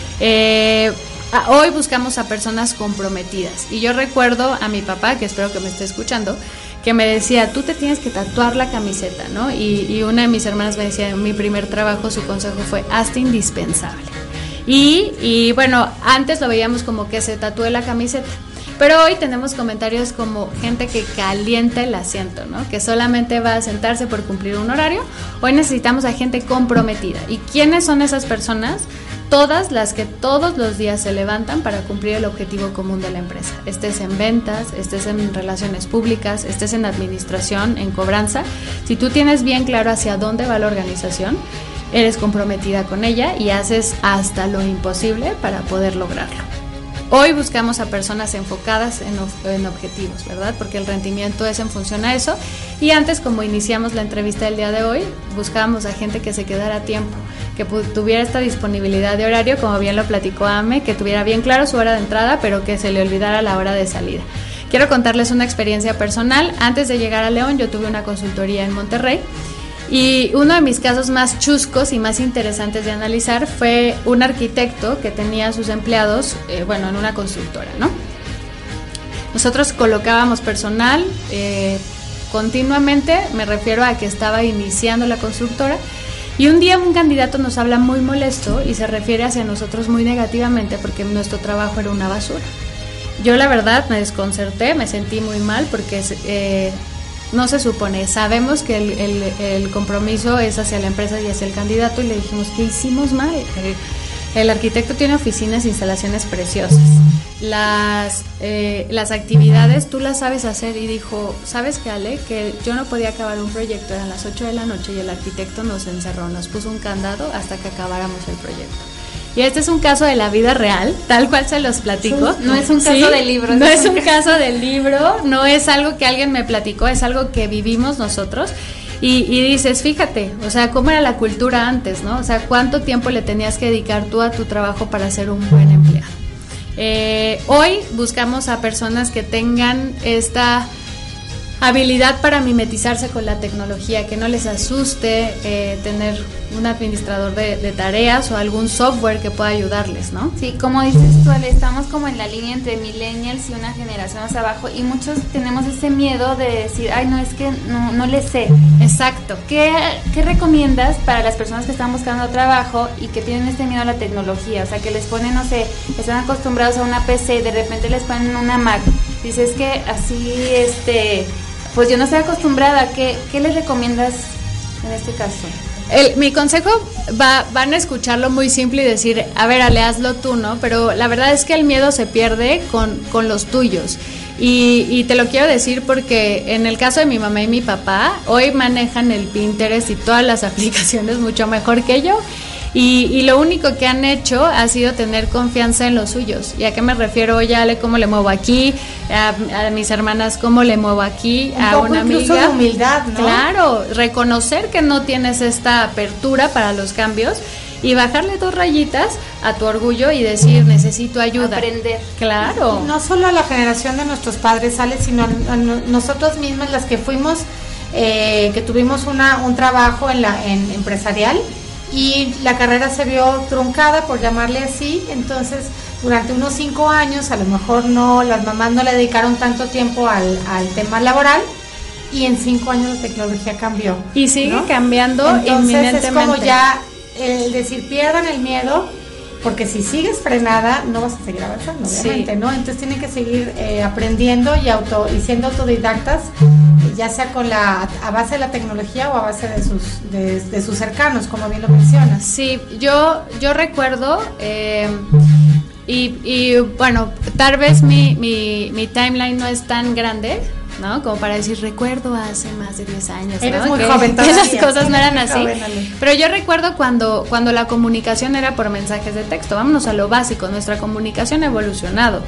Hoy buscamos a personas comprometidas y yo recuerdo a mi papá, que espero que me esté escuchando, que me decía, tú te tienes que tatuar la camiseta, ¿no? Y una de mis hermanas me decía, en mi primer trabajo su consejo fue, hazte indispensable. Y bueno, antes lo veíamos como que se tatúe la camiseta, pero hoy tenemos comentarios como gente que calienta el asiento, ¿no? Que solamente va a sentarse por cumplir un horario. Hoy necesitamos a gente comprometida. ¿Y quiénes son esas personas? Todas las que todos los días se levantan para cumplir el objetivo común de la empresa. Estés en ventas, estés en relaciones públicas, estés en administración, en cobranza. Si tú tienes bien claro hacia dónde va la organización, eres comprometida con ella y haces hasta lo imposible para poder lograrlo. Hoy buscamos a personas enfocadas en objetivos, ¿verdad? Porque el rendimiento es en función a eso. Y antes, como iniciamos la entrevista del día de hoy, buscábamos a gente que se quedara a tiempo, que tuviera esta disponibilidad de horario, como bien lo platicó Ame, que tuviera bien claro su hora de entrada, pero que se le olvidara la hora de salida. Quiero contarles una experiencia personal. Antes de llegar a León, yo tuve una consultoría en Monterrey. Y uno de mis casos más chuscos y más interesantes de analizar fue un arquitecto que tenía a sus empleados, en una constructora, ¿no? Nosotros colocábamos personal continuamente, me refiero a que estaba iniciando la constructora, y un día un candidato nos habla muy molesto y se refiere hacia nosotros muy negativamente porque nuestro trabajo era una basura. Yo la verdad me desconcerté, me sentí muy mal porque no se supone, sabemos que el compromiso es hacia la empresa y hacia el candidato, y le dijimos que hicimos mal. El arquitecto tiene oficinas e instalaciones preciosas. Las actividades tú las sabes hacer, y dijo, ¿sabes qué, Ale? Que yo no podía acabar un proyecto, eran las 8 de la noche y el arquitecto nos encerró, nos puso un candado hasta que acabáramos el proyecto. Y este es un caso de la vida real, tal cual se los platico. No es un caso de libro. No es un caso del libro, no es algo que alguien me platicó, es algo que vivimos nosotros. Y dices, fíjate, o sea, cómo era la cultura antes, ¿no? O sea, cuánto tiempo le tenías que dedicar tú a tu trabajo para ser un buen empleado. Hoy buscamos a personas que tengan habilidad para mimetizarse con la tecnología, que no les asuste tener un administrador de tareas o algún software que pueda ayudarles, ¿no? Sí, como dices tú, Ale, estamos como en la línea entre millennials y una generación más abajo, y muchos tenemos ese miedo de decir, ay, no, es que no le sé. Exacto. ¿Qué recomiendas para las personas que están buscando trabajo y que tienen este miedo a la tecnología? O sea, que les ponen, no sé, están acostumbrados a una PC y de repente les ponen una Mac. Dices que así, pues yo no estoy acostumbrada. ¿Qué les recomiendas en este caso? Mi consejo van a escucharlo muy simple y decir, a ver, Ale, hazlo tú, ¿no? Pero la verdad es que el miedo se pierde con los tuyos. Y te lo quiero decir porque en el caso de mi mamá y mi papá, hoy manejan el Pinterest y todas las aplicaciones mucho mejor que yo. Y lo único que han hecho ha sido tener confianza en los suyos. ¿Y a qué me refiero? Oye, Ale, ¿cómo le muevo aquí? A mis hermanas, ¿cómo le muevo aquí? A una amiga. Incluso de humildad, ¿no? Claro, reconocer que no tienes esta apertura para los cambios y bajarle 2 rayitas a tu orgullo y decir, necesito ayuda. Aprender. Claro. No solo a la generación de nuestros padres, Ale, sino a nosotros mismas, las que fuimos, que tuvimos un trabajo en empresarial, y la carrera se vio truncada, por llamarle así. Entonces durante unos 5 años a lo mejor las mamás no le dedicaron tanto tiempo al tema laboral, y en 5 años la tecnología cambió y sigue, ¿no?, cambiando. Entonces inminentemente. es como ya el decir, pierdan el miedo, porque si sigues frenada no vas a seguir avanzando, obviamente, sí, ¿no? Entonces tienen que seguir aprendiendo y siendo autodidactas, ya sea a base de la tecnología o a base de sus cercanos, como bien lo mencionas. Sí, yo recuerdo, y bueno, tal vez mi timeline no es tan grande, ¿no?, como para decir, recuerdo hace más de 10 años, ¿no?, Eres muy joven todavía. Que las cosas no eran así, joven, pero yo recuerdo cuando la comunicación era por mensajes de texto. Vámonos a lo básico, nuestra comunicación ha evolucionado.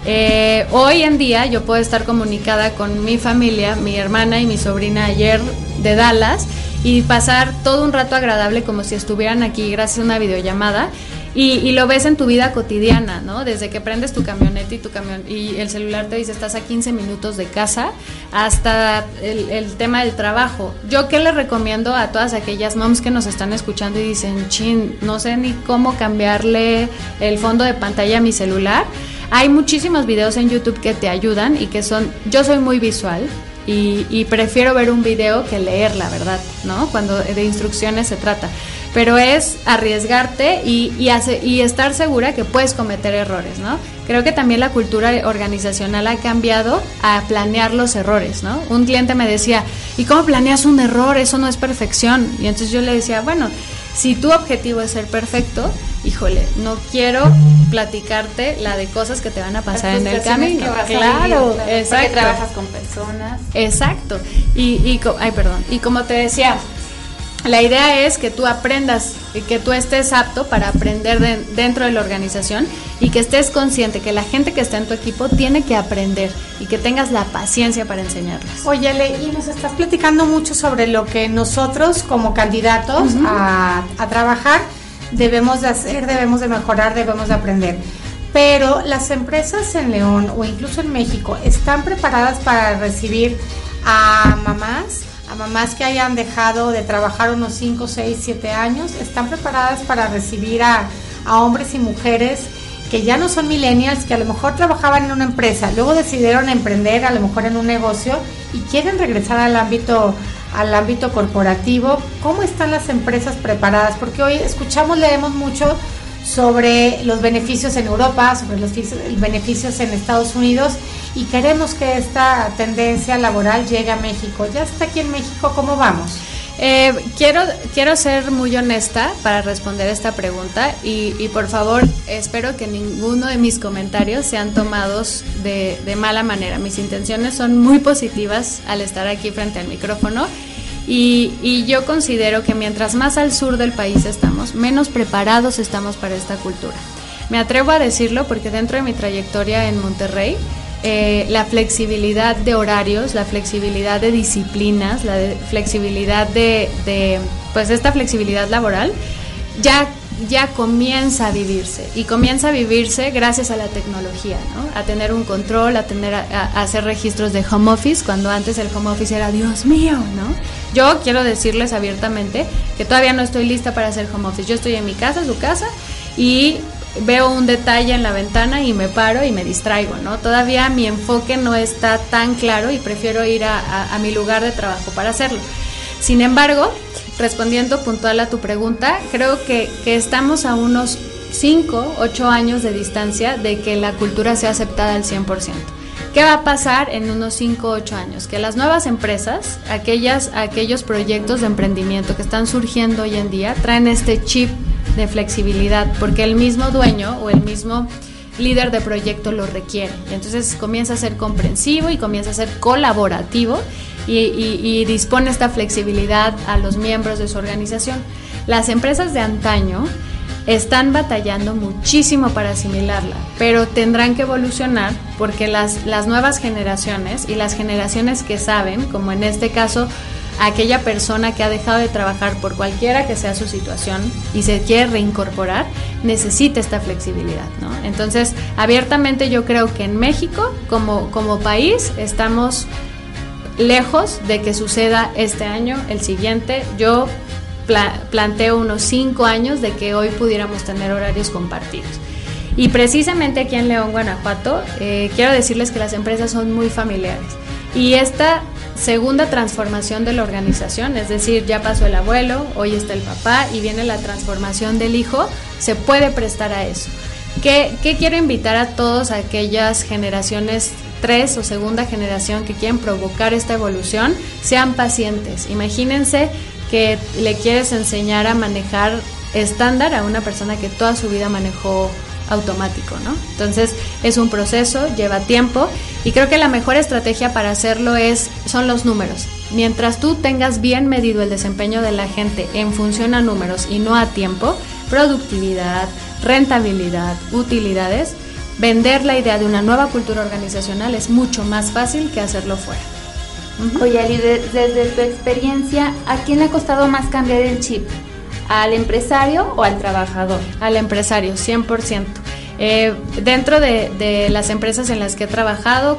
Hoy en día yo puedo estar comunicada con mi familia, mi hermana y mi sobrina ayer de Dallas, y pasar todo un rato agradable como si estuvieran aquí gracias a una videollamada. Y lo ves en tu vida cotidiana, ¿no? Desde que prendes tu camioneta y el celular te dice estás a 15 minutos de casa, hasta el tema del trabajo. Yo qué le recomiendo a todas aquellas moms que nos están escuchando y dicen, chin, no sé ni cómo cambiarle el fondo de pantalla a mi celular. Hay muchísimos videos en YouTube que te ayudan y yo soy muy visual. Y prefiero ver un video que leer, la verdad, ¿no? Cuando de instrucciones se trata. Pero es arriesgarte y estar segura que puedes cometer errores, ¿no? Creo que también la cultura organizacional ha cambiado a planear los errores, ¿no? Un cliente me decía, ¿y cómo planeas un error? Eso no es perfección. Y entonces yo le decía, bueno, si tu objetivo es ser perfecto, híjole, no quiero platicarte la de cosas que te van a pasar en el camino. Claro, exacto. Porque trabajas con personas. Exacto. Y como te decía, la idea es que tú aprendas, que tú estés apto para aprender dentro de la organización, y que estés consciente que la gente que está en tu equipo tiene que aprender y que tengas la paciencia para enseñarlas. Oye, Ale, y nos estás platicando mucho sobre lo que nosotros como candidatos a trabajar debemos de hacer, debemos de mejorar, debemos de aprender. Pero las empresas en León o incluso en México están preparadas para recibir a mamás que hayan dejado de trabajar unos 5, 6, 7 años. Están preparadas para recibir a hombres y mujeres que ya no son millennials, que a lo mejor trabajaban en una empresa, luego decidieron emprender a lo mejor en un negocio y quieren regresar al ámbito corporativo. ¿Cómo están las empresas preparadas? Porque hoy leemos mucho sobre los beneficios en Europa, sobre los beneficios en Estados Unidos, y queremos que esta tendencia laboral llegue a México. Ya está aquí en México, ¿cómo vamos? Quiero ser muy honesta para responder esta pregunta y por favor espero que ninguno de mis comentarios sean tomados de mala manera. Mis intenciones son muy positivas al estar aquí frente al micrófono, y yo considero que mientras más al sur del país estamos, menos preparados estamos para esta cultura. Me atrevo a decirlo porque dentro de mi trayectoria en Monterrey, la flexibilidad de horarios, la flexibilidad de disciplinas, flexibilidad pues esta flexibilidad laboral ya ya comienza a vivirse, y comienza a vivirse gracias a la tecnología, ¿no? A tener un control, a hacer registros de home office, cuando antes el home office era Dios mío, ¿no? Yo quiero decirles abiertamente que todavía no estoy lista para hacer home office. Yo estoy en mi casa, su casa, y veo un detalle en la ventana y me paro y me distraigo, ¿no? Todavía mi enfoque no está tan claro y prefiero ir a mi lugar de trabajo para hacerlo. Sin embargo, respondiendo puntual a tu pregunta, creo que estamos a unos 5, 8 años de distancia de que la cultura sea aceptada al 100%. ¿Qué va a pasar en unos 5, 8 años? Que las nuevas empresas, aquellos proyectos de emprendimiento que están surgiendo hoy en día, traen este chip de flexibilidad, porque el mismo dueño o el mismo líder de proyecto lo requiere. Entonces comienza a ser comprensivo y comienza a ser colaborativo y dispone esta flexibilidad a los miembros de su organización. Las empresas de antaño están batallando muchísimo para asimilarla, pero tendrán que evolucionar, porque las nuevas generaciones y las generaciones que saben, como en este caso aquella persona que ha dejado de trabajar por cualquiera que sea su situación y se quiere reincorporar, necesita esta flexibilidad, ¿no? Entonces, abiertamente yo creo que en México, como país, estamos lejos de que suceda este año, el siguiente. Yo planteo unos 5 años de que hoy pudiéramos tener horarios compartidos. Y precisamente aquí en León, Guanajuato, quiero decirles que las empresas son muy familiares. Y esta segunda transformación de la organización, es decir, ya pasó el abuelo, hoy está el papá y viene la transformación del hijo, se puede prestar a eso. ¿Qué quiero invitar a todas aquellas generaciones 3 o segunda generación que quieren provocar esta evolución? Sean pacientes. Imagínense que le quieres enseñar a manejar estándar a una persona que toda su vida manejó automático, ¿no? Entonces es un proceso, lleva tiempo, y creo que la mejor estrategia para hacerlo son los números. Mientras tú tengas bien medido el desempeño de la gente en función a números y no a tiempo, productividad, rentabilidad, utilidades, vender la idea de una nueva cultura organizacional es mucho más fácil que hacerlo fuera. Oye, Ali, desde tu experiencia, ¿a quién le ha costado más cambiar el chip? ¿Al empresario o al trabajador? Al empresario, 100%. Dentro de las empresas en las que he trabajado,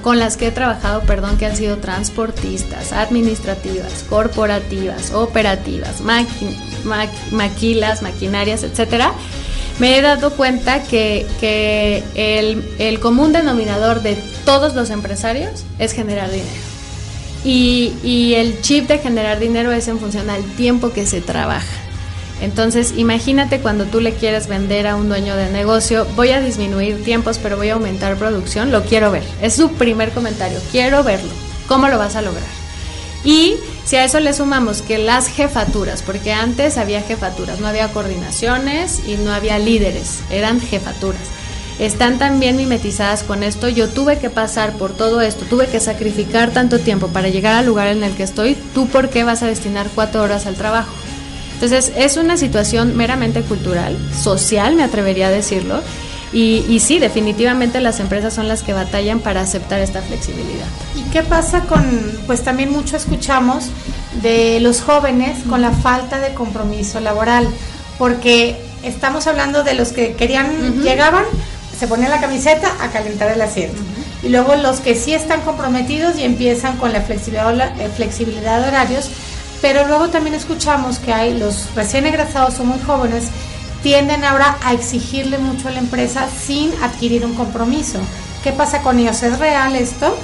que han sido transportistas, administrativas, corporativas, operativas, maquinarias, etcétera, me he dado cuenta que el común denominador de todos los empresarios es generar dinero. Y el chip de generar dinero es en función al tiempo que se trabaja. Entonces, imagínate cuando tú le quieres vender a un dueño de negocio, voy a disminuir tiempos, pero voy a aumentar producción, lo quiero ver. Es su primer comentario, quiero verlo. ¿Cómo lo vas a lograr? Y si a eso le sumamos que las jefaturas, porque antes había jefaturas, no había coordinaciones y no había líderes, eran jefaturas, están también mimetizadas con esto. Yo tuve que pasar por todo esto, tuve que sacrificar tanto tiempo para llegar al lugar en el que estoy. ¿Tú por qué vas a destinar 4 horas al trabajo? Entonces es una situación meramente cultural, social, me atrevería a decirlo, y sí, definitivamente las empresas son las que batallan para aceptar esta flexibilidad. ¿Y qué pasa pues también mucho escuchamos de los jóvenes con la falta de compromiso laboral? Porque estamos hablando de los que llegaban, se ponían la camiseta a calentar el asiento. Y luego los que sí están comprometidos y empiezan con la flexibilidad de horarios. Pero luego también escuchamos que hay los recién egresados o muy jóvenes, tienden ahora a exigirle mucho a la empresa sin adquirir un compromiso. ¿Qué pasa con ellos? ¿Es real esto?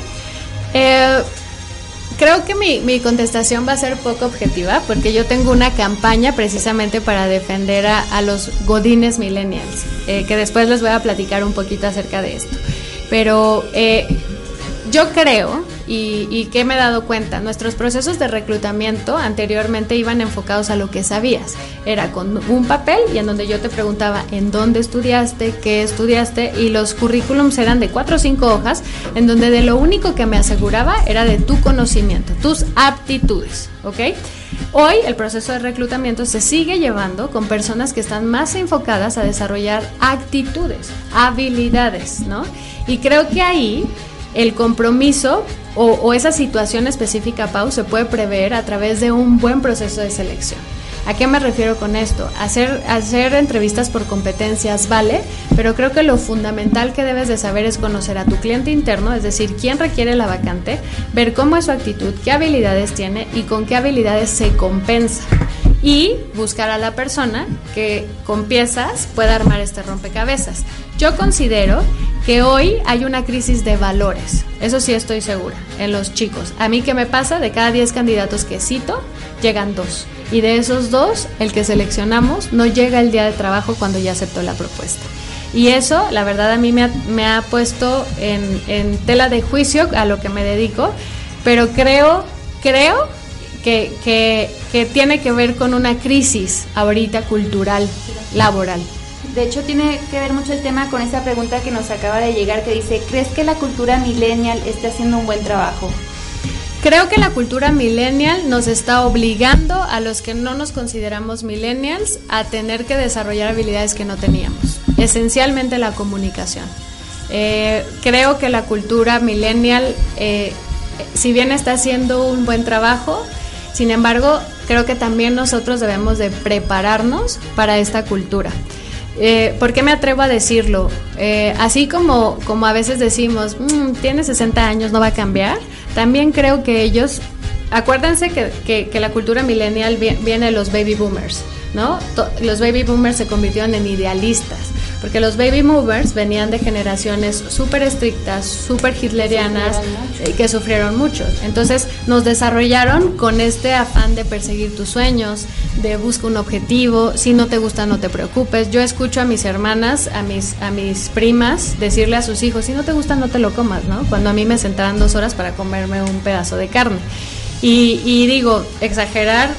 Creo que mi contestación va a ser poco objetiva, porque yo tengo una campaña precisamente para defender a los godines millennials, que después les voy a platicar un poquito acerca de esto. Pero yo creo, y que me he dado cuenta, nuestros procesos de reclutamiento anteriormente iban enfocados a lo que sabías. Era con un papel y en donde yo te preguntaba en dónde estudiaste, qué estudiaste, y los currículums eran de 4 o 5 hojas, en donde de lo único que me aseguraba era de tu conocimiento, tus aptitudes, ¿ok? Hoy el proceso de reclutamiento se sigue llevando con personas que están más enfocadas a desarrollar actitudes, habilidades, ¿no? Y creo que ahí el compromiso o esa situación específica, Pau, se puede prever a través de un buen proceso de selección. ¿A qué me refiero con esto? Hacer entrevistas por competencias vale, pero creo que lo fundamental que debes de saber es conocer a tu cliente interno, es decir, quién requiere la vacante, ver cómo es su actitud, qué habilidades tiene y con qué habilidades se compensa. Y buscar a la persona que con piezas pueda armar este rompecabezas. Yo considero que hoy hay una crisis de valores, eso sí estoy segura, en los chicos. A mí, ¿qué me pasa? De cada 10 candidatos que cito, llegan 2. Y de esos 2, el que seleccionamos no llega el día de trabajo cuando ya aceptó la propuesta. Y eso, la verdad, a mí me ha puesto en tela de juicio a lo que me dedico, pero creo que tiene que ver con una crisis ahorita cultural, laboral. De hecho, tiene que ver mucho el tema con esa pregunta que nos acaba de llegar, que dice, ¿crees que la cultura millennial esté haciendo un buen trabajo? Creo que la cultura millennial nos está obligando a los que no nos consideramos millennials a tener que desarrollar habilidades que no teníamos, esencialmente la comunicación. Creo que la cultura millennial, si bien está haciendo un buen trabajo, sin embargo, creo que también nosotros debemos de prepararnos para esta cultura. ¿Por qué me atrevo a decirlo? Así como a veces decimos, tiene 60 años, no va a cambiar, también creo que ellos, acuérdense que la cultura millennial viene de los baby boomers, ¿no? Los baby boomers se convirtieron en idealistas, porque los baby boomers venían de generaciones súper estrictas, súper hitlerianas, que sufrieron mucho. Entonces nos desarrollaron con este afán de perseguir tus sueños, de buscar un objetivo, si no te gusta no te preocupes. Yo escucho a mis hermanas, a mis primas decirle a sus hijos, si no te gusta no te lo comas, ¿no? Cuando a mí me sentaban 2 horas para comerme un pedazo de carne. Y digo, exagerar,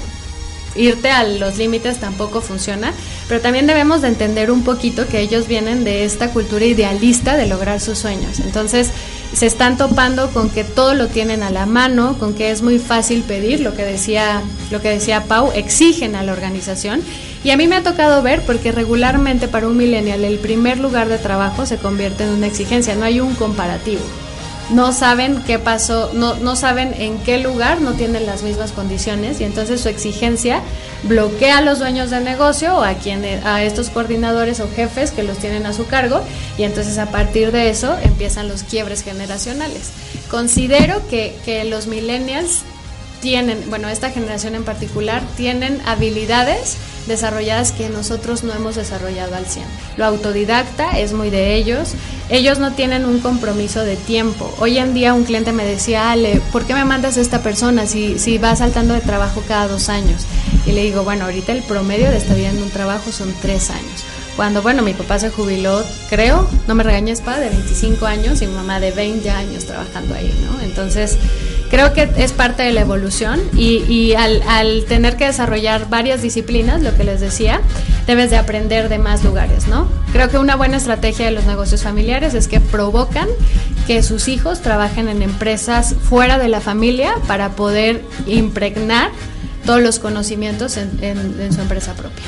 irte a los límites tampoco funciona, pero también debemos de entender un poquito que ellos vienen de esta cultura idealista de lograr sus sueños. Entonces se están topando con que todo lo tienen a la mano, con que es muy fácil pedir, lo que decía Pau, exigen a la organización. Y a mí me ha tocado ver, porque regularmente para un millennial el primer lugar de trabajo se convierte en una exigencia, no hay un comparativo. No saben qué pasó, no saben en qué lugar, no tienen las mismas condiciones, y entonces su exigencia bloquea a los dueños de negocio o a estos coordinadores o jefes que los tienen a su cargo, y entonces a partir de eso empiezan los quiebres generacionales. Considero que los millennials tienen, bueno, esta generación en particular, tienen habilidades desarrolladas que nosotros no hemos desarrollado al 100. Lo autodidacta es muy de ellos. Ellos no tienen un compromiso de tiempo. Hoy en día un cliente me decía, Ale, ¿por qué me mandas a esta persona si va saltando de trabajo cada 2 años? Y le digo, bueno, ahorita el promedio de estadía en un trabajo son 3 años. Cuando, bueno, mi papá se jubiló, creo, no me regañes, pa, de 25 años y mi mamá de 20 años trabajando ahí, ¿no? Entonces, creo que es parte de la evolución y al tener que desarrollar varias disciplinas, lo que les decía, debes de aprender de más lugares, ¿no? Creo que una buena estrategia de los negocios familiares es que provocan que sus hijos trabajen en empresas fuera de la familia para poder impregnar todos los conocimientos en su empresa propia.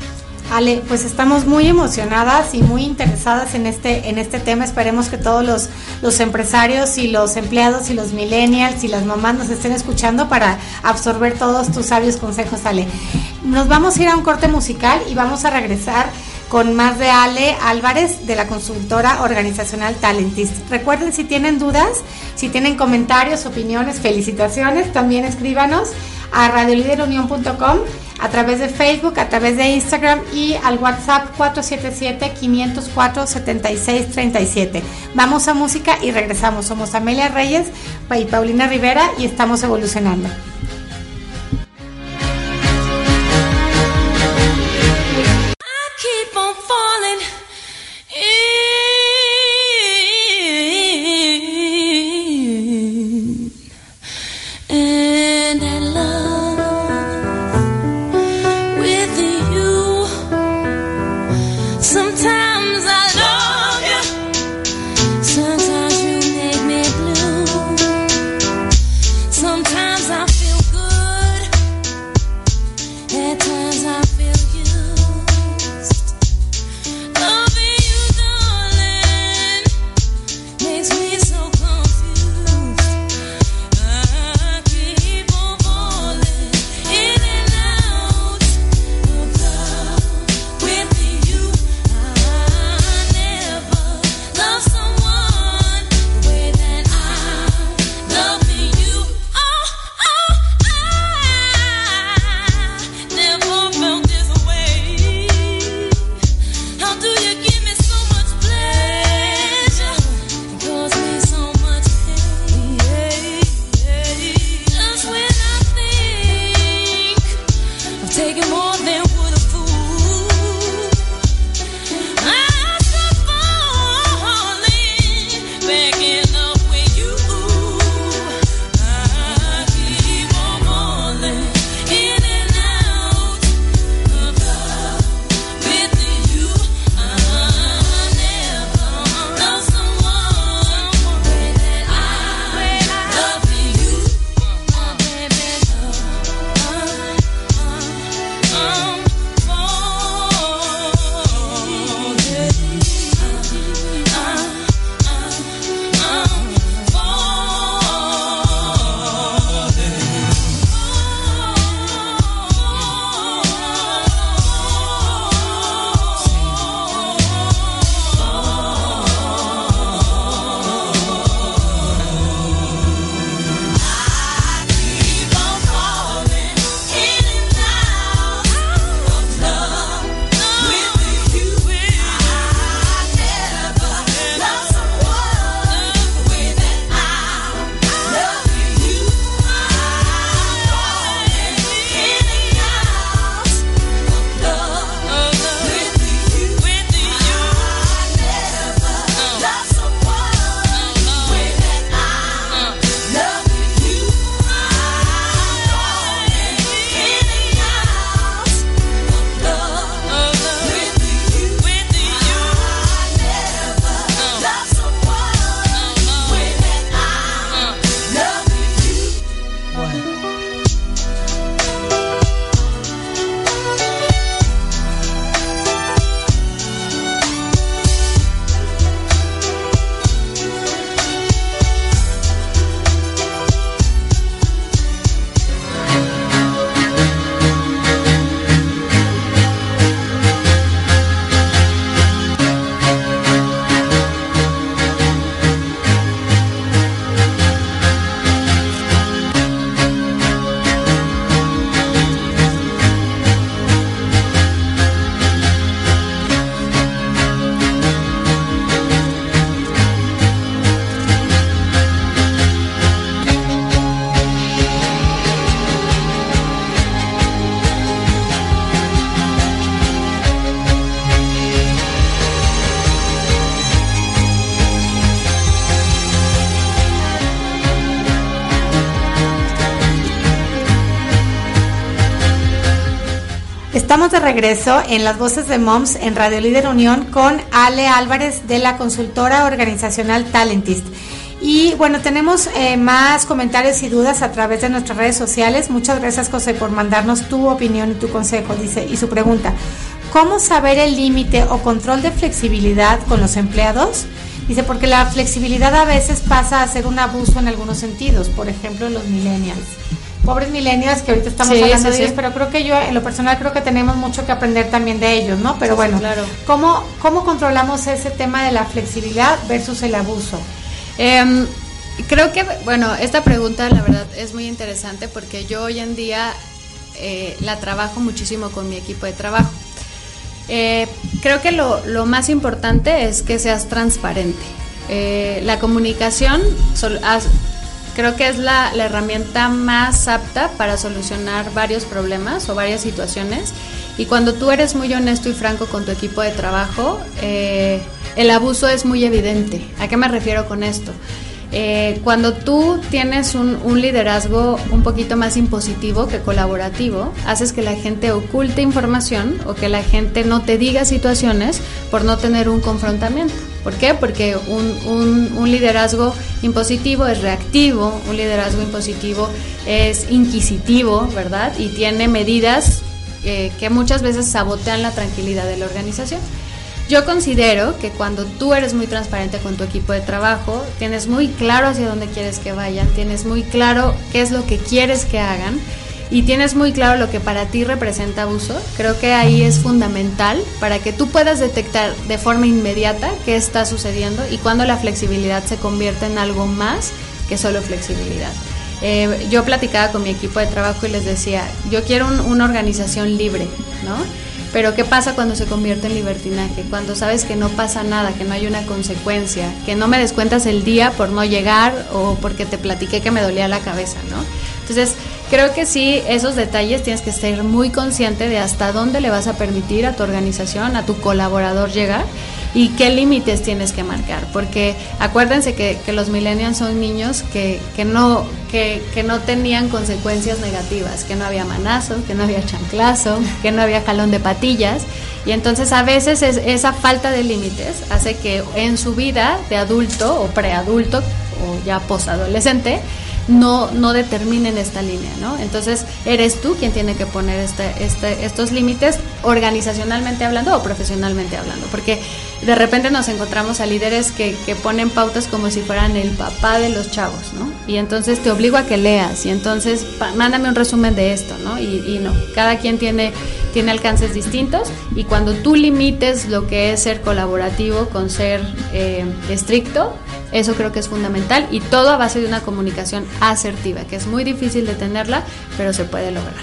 Ale, pues estamos muy emocionadas y muy interesadas en este tema. Esperemos que todos los empresarios y los empleados y los millennials y las mamás nos estén escuchando para absorber todos tus sabios consejos, Ale. Nos vamos a ir a un corte musical y vamos a regresar con más de Ale Álvarez, de la consultora organizacional Talentist. Recuerden, si tienen dudas, si tienen comentarios, opiniones, felicitaciones, también escríbanos a radioliderunión.com, a través de Facebook, a través de Instagram y al WhatsApp 477-504-7637. Vamos a música y regresamos. Somos Amelia Reyes y Paulina Rivera y estamos evolucionando. Sometimes I feel estamos de regreso en Las Voces de Moms en Radio Líder Unión con Ale Álvarez de la consultora organizacional Talentist. Y bueno, tenemos más comentarios y dudas a través de nuestras redes sociales. Muchas gracias, José, por mandarnos tu opinión y tu consejo. Dice, y su pregunta, ¿cómo saber el límite o control de flexibilidad con los empleados? Dice, porque la flexibilidad a veces pasa a ser un abuso en algunos sentidos, por ejemplo, los millennials. Pobres millennials que ahorita estamos hablando de ellos, pero creo que yo, en lo personal, creo que tenemos mucho que aprender también de ellos, ¿no? Pero bueno, claro. ¿Cómo controlamos ese tema de la flexibilidad versus el abuso? Creo que, bueno, esta pregunta la verdad es muy interesante porque yo hoy en día la trabajo muchísimo con mi equipo de trabajo. Creo que lo más importante es que seas transparente. La comunicación creo que es la herramienta más apta para solucionar varios problemas o varias situaciones, y cuando tú eres muy honesto y franco con tu equipo de trabajo, el abuso es muy evidente. ¿A qué me refiero con esto? Cuando tú tienes un liderazgo un poquito más impositivo que colaborativo, haces que la gente oculte información o que la gente no te diga situaciones por no tener un confrontamiento. ¿Por qué? Porque un liderazgo impositivo es reactivo, un liderazgo impositivo es inquisitivo, ¿verdad? Y tiene medidas que muchas veces sabotean la tranquilidad de la organización. Yo considero que cuando tú eres muy transparente con tu equipo de trabajo, tienes muy claro hacia dónde quieres que vayan, tienes muy claro qué es lo que quieres que hagan y tienes muy claro lo que para ti representa abuso, creo que ahí es fundamental para que tú puedas detectar de forma inmediata qué está sucediendo y cuando la flexibilidad se convierte en algo más que solo flexibilidad. Yo platicaba con mi equipo de trabajo y les decía, yo quiero una organización libre, ¿no? Pero ¿qué pasa cuando se convierte en libertinaje? Cuando sabes que no pasa nada, que no hay una consecuencia, que no me descuentas el día por no llegar o porque te platiqué que me dolía la cabeza, ¿no? Entonces, creo que sí, esos detalles tienes que ser muy consciente de hasta dónde le vas a permitir a tu organización, a tu colaborador llegar y qué límites tienes que marcar, porque acuérdense que los millennials son niños que no tenían consecuencias negativas, que no había manazo, que no había chanclazo, que no había jalón de patillas, y entonces a veces esa falta de límites hace que en su vida de adulto o preadulto o ya posadolescente no determinen esta línea, ¿no? Entonces eres tú quien tiene que poner estos límites organizacionalmente hablando o profesionalmente hablando, porque de repente nos encontramos a líderes que ponen pautas como si fueran el papá de los chavos, ¿no? Y entonces te obligo a que leas y entonces mándame un resumen de esto, ¿no? Y no, cada quien tiene alcances distintos y cuando tú limites lo que es ser colaborativo con ser estricto, eso creo que es fundamental y todo a base de una comunicación asertiva, que es muy difícil de tenerla, pero se puede lograr.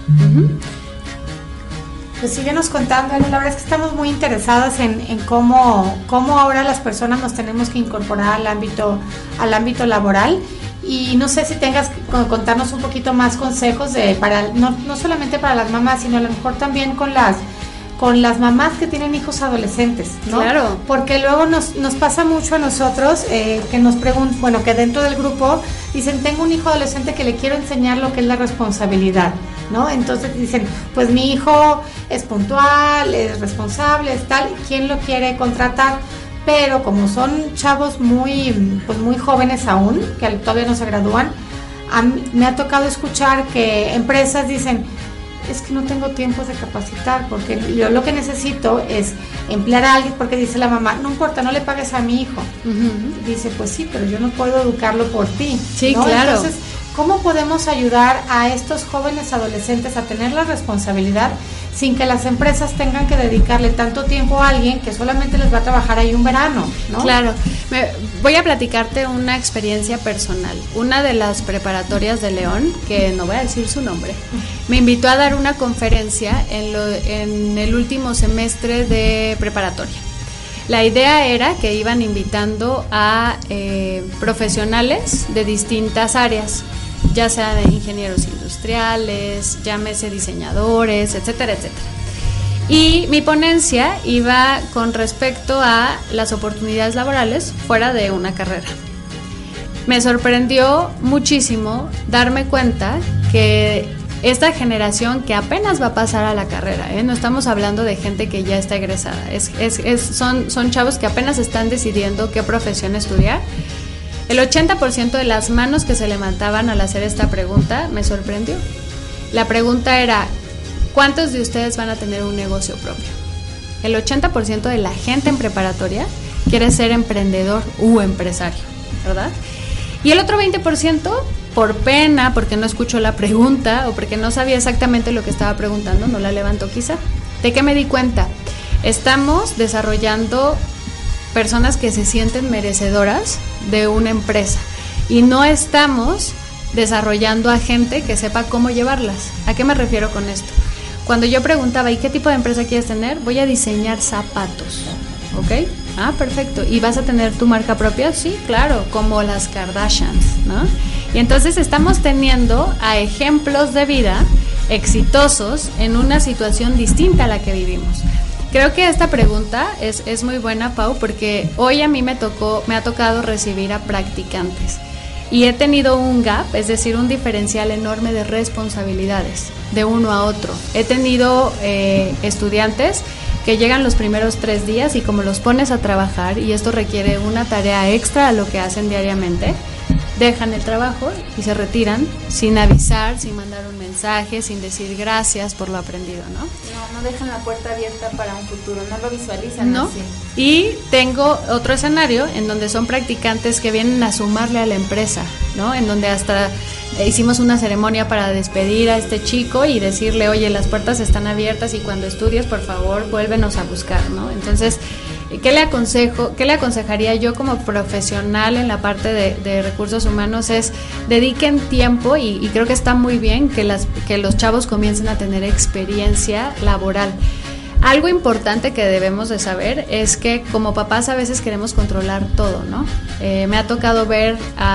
Pues síguenos contando, Ale. La verdad es que estamos muy interesadas en cómo ahora las personas nos tenemos que incorporar al ámbito laboral. Y no sé si tengas que contarnos un poquito más consejos no solamente para las mamás, sino a lo mejor también con las mamás que tienen hijos adolescentes, ¿no? Claro. Porque luego nos pasa mucho a nosotros que nos preguntan, bueno, que dentro del grupo dicen, tengo un hijo adolescente que le quiero enseñar lo que es la responsabilidad, ¿no? Entonces dicen, pues mi hijo es puntual, es responsable, es tal, ¿quién lo quiere contratar? Pero como son chavos muy jóvenes aún, que todavía no se gradúan, me ha tocado escuchar que empresas dicen, es que no tengo tiempo de capacitar, porque yo lo que necesito es emplear a alguien, porque dice la mamá, no importa, no le pagues a mi hijo. Dice, pues sí, pero yo no puedo educarlo por ti. Sí, ¿no? claro. Entonces, ¿cómo podemos ayudar a estos jóvenes adolescentes a tener la responsabilidad sin que las empresas tengan que dedicarle tanto tiempo a alguien que solamente les va a trabajar ahí un verano, ¿no? Claro. Voy a platicarte una experiencia personal. Una de las preparatorias de León, que no voy a decir su nombre, me invitó a dar una conferencia en el último semestre de preparatoria. La idea era que iban invitando a profesionales de distintas áreas, ya sea de ingenieros industriales, llámese diseñadores, etcétera, etcétera. Y mi ponencia iba con respecto a las oportunidades laborales fuera de una carrera. Me sorprendió muchísimo darme cuenta que esta generación que apenas va a pasar a la carrera, no estamos hablando de gente que ya está egresada, son chavos que apenas están decidiendo qué profesión estudiar. El 80% de las manos que se levantaban al hacer esta pregunta me sorprendió. La pregunta era, ¿cuántos de ustedes van a tener un negocio propio? El 80% de la gente en preparatoria quiere ser emprendedor u empresario, ¿verdad? Y el otro 20%, por pena, porque no escuchó la pregunta o porque no sabía exactamente lo que estaba preguntando, no la levantó quizá. ¿De qué me di cuenta? Estamos desarrollando personas que se sienten merecedoras de una empresa y no estamos desarrollando a gente que sepa cómo llevarlas. ¿A qué me refiero con esto? Cuando yo preguntaba, ¿y qué tipo de empresa quieres tener? Voy a diseñar zapatos, ¿ok? Ah, perfecto. ¿Y vas a tener tu marca propia? Sí, claro, como las Kardashians, ¿no? Y entonces estamos teniendo a ejemplos de vida exitosos en una situación distinta a la que vivimos. Creo que esta pregunta es muy buena, Pau, porque hoy a mí me ha tocado recibir a practicantes y he tenido un gap, es decir, un diferencial enorme de responsabilidades de uno a otro. He tenido estudiantes que llegan los primeros 3 días y como los pones a trabajar, y esto requiere una tarea extra a lo que hacen diariamente, dejan el trabajo y se retiran sin avisar, sin mandar un mensaje, sin decir gracias por lo aprendido, ¿no? No dejan la puerta abierta para un futuro, no lo visualizan, ¿no? Así. Y tengo otro escenario en donde son practicantes que vienen a sumarle a la empresa, ¿no? En donde hasta hicimos una ceremonia para despedir a este chico y decirle, oye, las puertas están abiertas y cuando estudies, por favor, vuélvenos a buscar, ¿no? Entonces, ¿qué le aconsejaría yo como profesional en la parte de recursos humanos? Es dediquen tiempo y creo que está muy bien que los chavos comiencen a tener experiencia laboral. Algo importante que debemos de saber es que como papás a veces queremos controlar todo, ¿no? Me ha tocado ver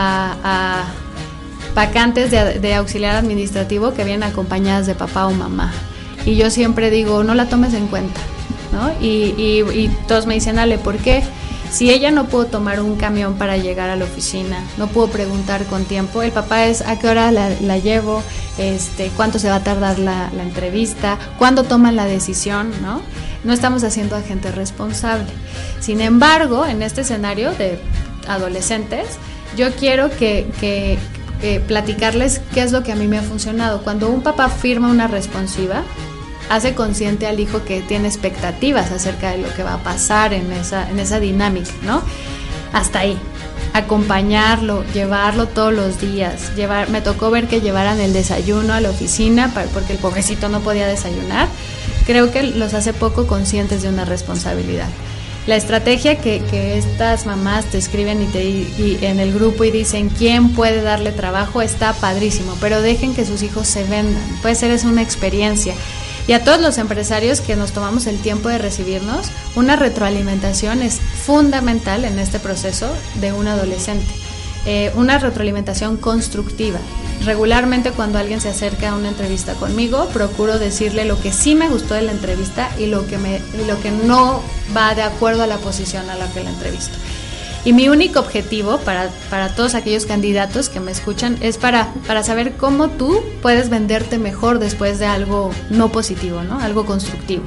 a vacantes de auxiliar administrativo que vienen acompañadas de papá o mamá y yo siempre digo, no la tomes en cuenta, ¿no? Y todos me dicen, Ale, ¿por qué? Si ella no pudo tomar un camión para llegar a la oficina, no pudo preguntar con tiempo, el papá es ¿a qué hora la llevo? ¿Cuánto se va a tardar la entrevista? ¿Cuándo toman la decisión? ¿No? No estamos haciendo a gente responsable. Sin embargo, en este escenario de adolescentes, yo quiero que platicarles qué es lo que a mí me ha funcionado. Cuando un papá firma una responsiva, hace consciente al hijo que tiene expectativas acerca de lo que va a pasar en esa dinámica, ¿no? Hasta ahí. Acompañarlo, llevarlo todos los días. Me tocó ver que llevaran el desayuno a la oficina porque el pobrecito no podía desayunar. Creo que los hace poco conscientes de una responsabilidad. La estrategia que estas mamás te escriben y en el grupo y dicen quién puede darle trabajo está padrísimo, pero dejen que sus hijos se vendan. Puede ser una experiencia. Y a todos los empresarios que nos tomamos el tiempo de recibirnos, una retroalimentación es fundamental en este proceso de un adolescente. Una retroalimentación constructiva. Regularmente cuando alguien se acerca a una entrevista conmigo, procuro decirle lo que sí me gustó de la entrevista y lo que no va de acuerdo a la posición a la que la entrevisto. Y mi único objetivo para todos aquellos candidatos que me escuchan es para saber cómo tú puedes venderte mejor después de algo no positivo, ¿no? Algo constructivo.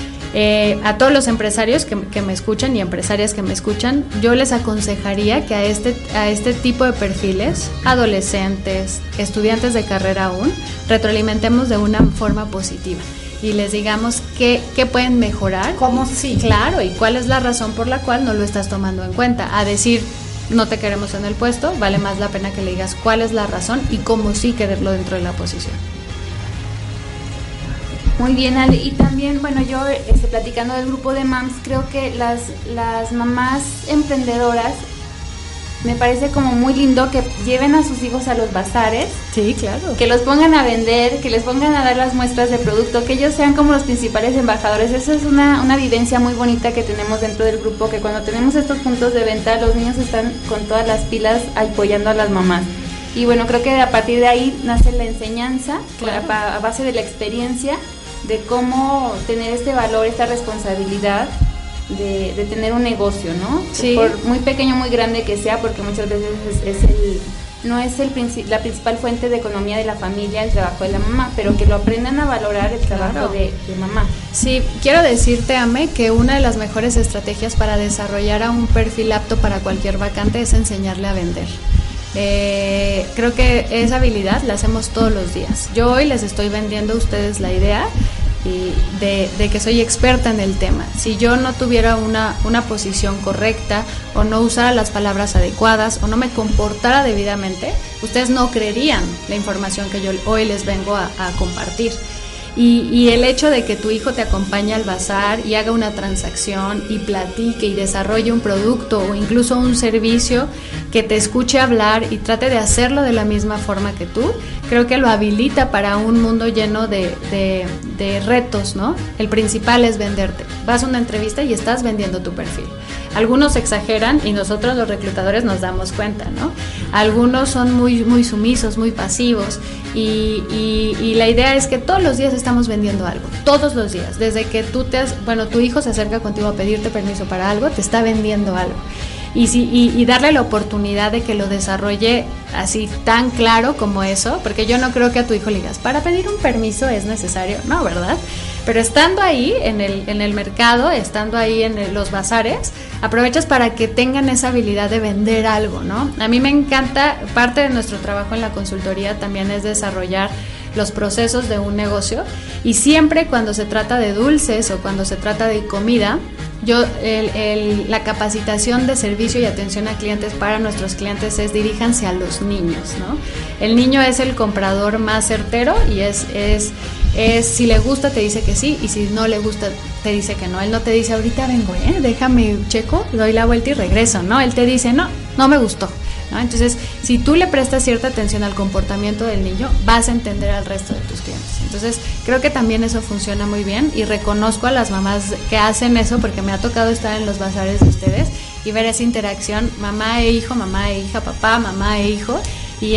A todos los empresarios que me escuchan y empresarias que me escuchan, yo les aconsejaría que a este tipo de perfiles, adolescentes, estudiantes de carrera aún, retroalimentemos de una forma positiva y les digamos qué pueden mejorar. ¿Cómo sí? Claro, y cuál es la razón por la cual no lo estás tomando en cuenta. A decir, no te queremos en el puesto, vale más la pena que le digas cuál es la razón y cómo sí quererlo dentro de la posición. Muy bien, Ale. Y también, bueno, yo platicando del grupo de mams, creo que las mamás emprendedoras, me parece como muy lindo que lleven a sus hijos a los bazares. Sí, claro. Que los pongan a vender, que les pongan a dar las muestras de producto, que ellos sean como los principales embajadores. Eso es una vivencia muy bonita que tenemos dentro del grupo, que cuando tenemos estos puntos de venta, los niños están con todas las pilas apoyando a las mamás. Y bueno, creo que a partir de ahí nace la enseñanza, claro, a base de la experiencia, de cómo tener este valor, esta responsabilidad de tener un negocio, ¿no? Sí. Por muy pequeño, muy grande que sea, porque muchas veces es no es la principal fuente de economía de la familia, el trabajo de la mamá, pero que lo aprendan a valorar el trabajo de mamá. Sí, quiero decirte, Ame, que una de las mejores estrategias para desarrollar a un perfil apto para cualquier vacante es enseñarle a vender. Creo que esa habilidad la hacemos todos los días. Yo hoy les estoy vendiendo a ustedes la idea y de que soy experta en el tema. Si yo no tuviera una posición correcta o no usara las palabras adecuadas o no me comportara debidamente, ustedes no creerían la información que yo hoy les vengo a compartir. Y el hecho de que tu hijo te acompañe al bazar y haga una transacción y platique y desarrolle un producto o incluso un servicio, que te escuche hablar y trate de hacerlo de la misma forma que tú, creo que lo habilita para un mundo lleno de retos, ¿no? El principal es venderte. Vas a una entrevista y estás vendiendo tu perfil. Algunos exageran y nosotros los reclutadores nos damos cuenta, ¿no? Algunos son muy, muy sumisos, muy pasivos y la idea es que todos los días estamos vendiendo algo, todos los días. Desde que tu hijo se acerca contigo a pedirte permiso para algo, te está vendiendo algo. Y darle la oportunidad de que lo desarrolle así tan claro como eso, porque yo no creo que a tu hijo le digas, para pedir un permiso es necesario, no, ¿verdad? Pero estando ahí en el mercado, estando ahí en los bazares, aprovechas para que tengan esa habilidad de vender algo, ¿no? A mí me encanta, parte de nuestro trabajo en la consultoría también es desarrollar los procesos de un negocio, y siempre cuando se trata de dulces o cuando se trata de comida, la capacitación de servicio y atención a clientes para nuestros clientes es diríjanse a los niños, ¿no? El niño es el comprador más certero y es si le gusta te dice que sí y si no le gusta te dice que no. Él no te dice ahorita vengo, déjame checo, doy la vuelta y regreso, ¿no? Él te dice no me gustó, ¿no? Entonces, si tú le prestas cierta atención al comportamiento del niño, vas a entender al resto de tus clientes. Entonces, creo que también eso funciona muy bien y reconozco a las mamás que hacen eso porque me ha tocado estar en los bazares de ustedes y ver esa interacción mamá e hijo, mamá e hija, papá, mamá e hijo, y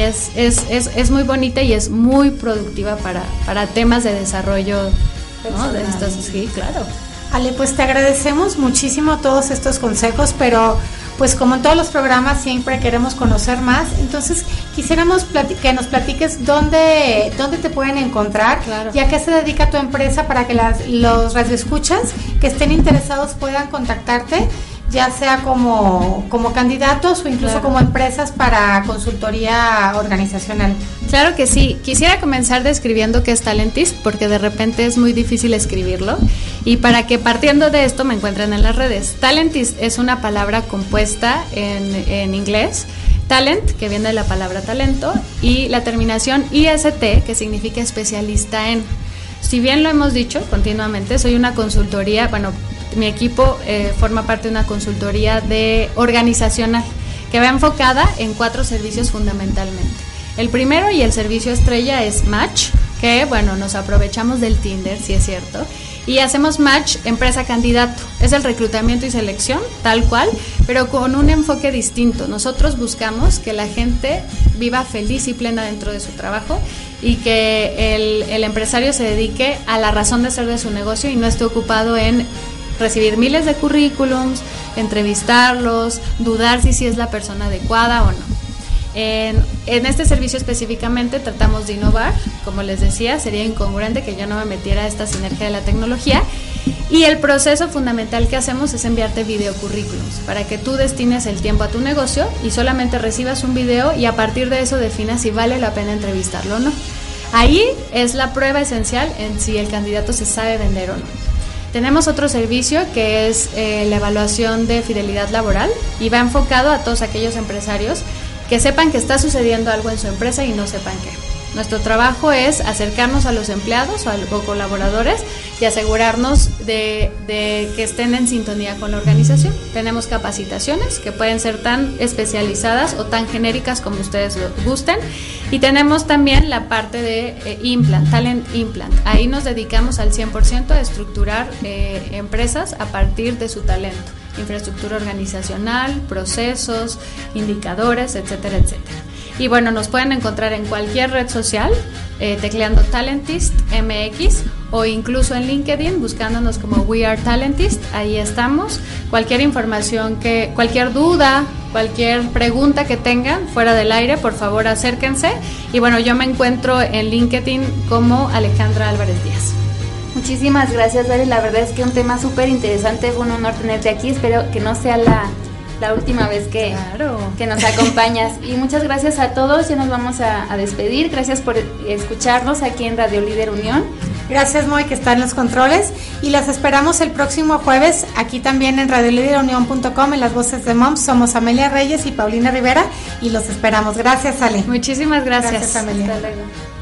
es muy bonita y es muy productiva para temas de desarrollo, ¿no? De estos, sí, claro. Ale, pues te agradecemos muchísimo todos estos consejos, pero pues como en todos los programas siempre queremos conocer más, entonces quisiéramos que nos platiques dónde te pueden encontrar, claro, y a qué se dedica tu empresa para que los radioescuchas que estén interesados puedan contactarte, ya sea como candidatos o incluso como empresas para consultoría organizacional. Claro que sí. Quisiera comenzar describiendo qué es Talentist, porque de repente es muy difícil escribirlo, y para que partiendo de esto me encuentren en las redes. Talentist es una palabra compuesta en inglés, talent, que viene de la palabra talento, y la terminación IST, que significa especialista en. Si bien lo hemos dicho continuamente, soy una consultoría, mi equipo forma parte de una consultoría organizacional que va enfocada en 4 servicios fundamentalmente. El primero y el servicio estrella es Match, que nos aprovechamos del Tinder, sí es cierto, y hacemos match empresa-candidato. Es el reclutamiento y selección, tal cual, pero con un enfoque distinto. Nosotros buscamos que la gente viva feliz y plena dentro de su trabajo y que el empresario se dedique a la razón de ser de su negocio y no esté ocupado en recibir miles de currículums, entrevistarlos, dudar si es la persona adecuada o no. En este servicio específicamente tratamos de innovar, como les decía, sería incongruente que yo no me metiera a esta sinergia de la tecnología, y el proceso fundamental que hacemos es enviarte video currículums para que tú destines el tiempo a tu negocio y solamente recibas un video y a partir de eso definas si vale la pena entrevistarlo o no. Ahí es la prueba esencial en si el candidato se sabe vender o no. Tenemos otro servicio que es la evaluación de fidelidad laboral y va enfocado a todos aquellos empresarios que sepan que está sucediendo algo en su empresa y no sepan qué. Nuestro trabajo es acercarnos a los empleados o colaboradores y asegurarnos de que estén en sintonía con la organización. Tenemos capacitaciones que pueden ser tan especializadas o tan genéricas como ustedes lo gusten. Y tenemos también la parte de Talent Implant. Ahí nos dedicamos al 100% a estructurar empresas a partir de su talento. Infraestructura organizacional, procesos, indicadores, etcétera, etcétera. Y nos pueden encontrar en cualquier red social tecleando Talentist MX o incluso en LinkedIn buscándonos como We Are Talentist, ahí estamos. Cualquier información, cualquier duda, cualquier pregunta que tengan fuera del aire, por favor acérquense. Y bueno, yo me encuentro en LinkedIn como Alejandra Álvarez Díaz. Muchísimas gracias, Dale. La verdad es que un tema súper interesante, fue un honor tenerte aquí. Espero que no sea la última vez que nos acompañas. Y muchas gracias a todos. Ya nos vamos a despedir. Gracias por escucharnos aquí en Radio Líder Unión. Gracias, Moy, que está en los controles. Y las esperamos el próximo jueves aquí también en radioliderunión.com, en las voces de Moms. Somos Amelia Reyes y Paulina Rivera y los esperamos. Gracias, Ale. Muchísimas gracias. Gracias, Amelia. Hasta luego.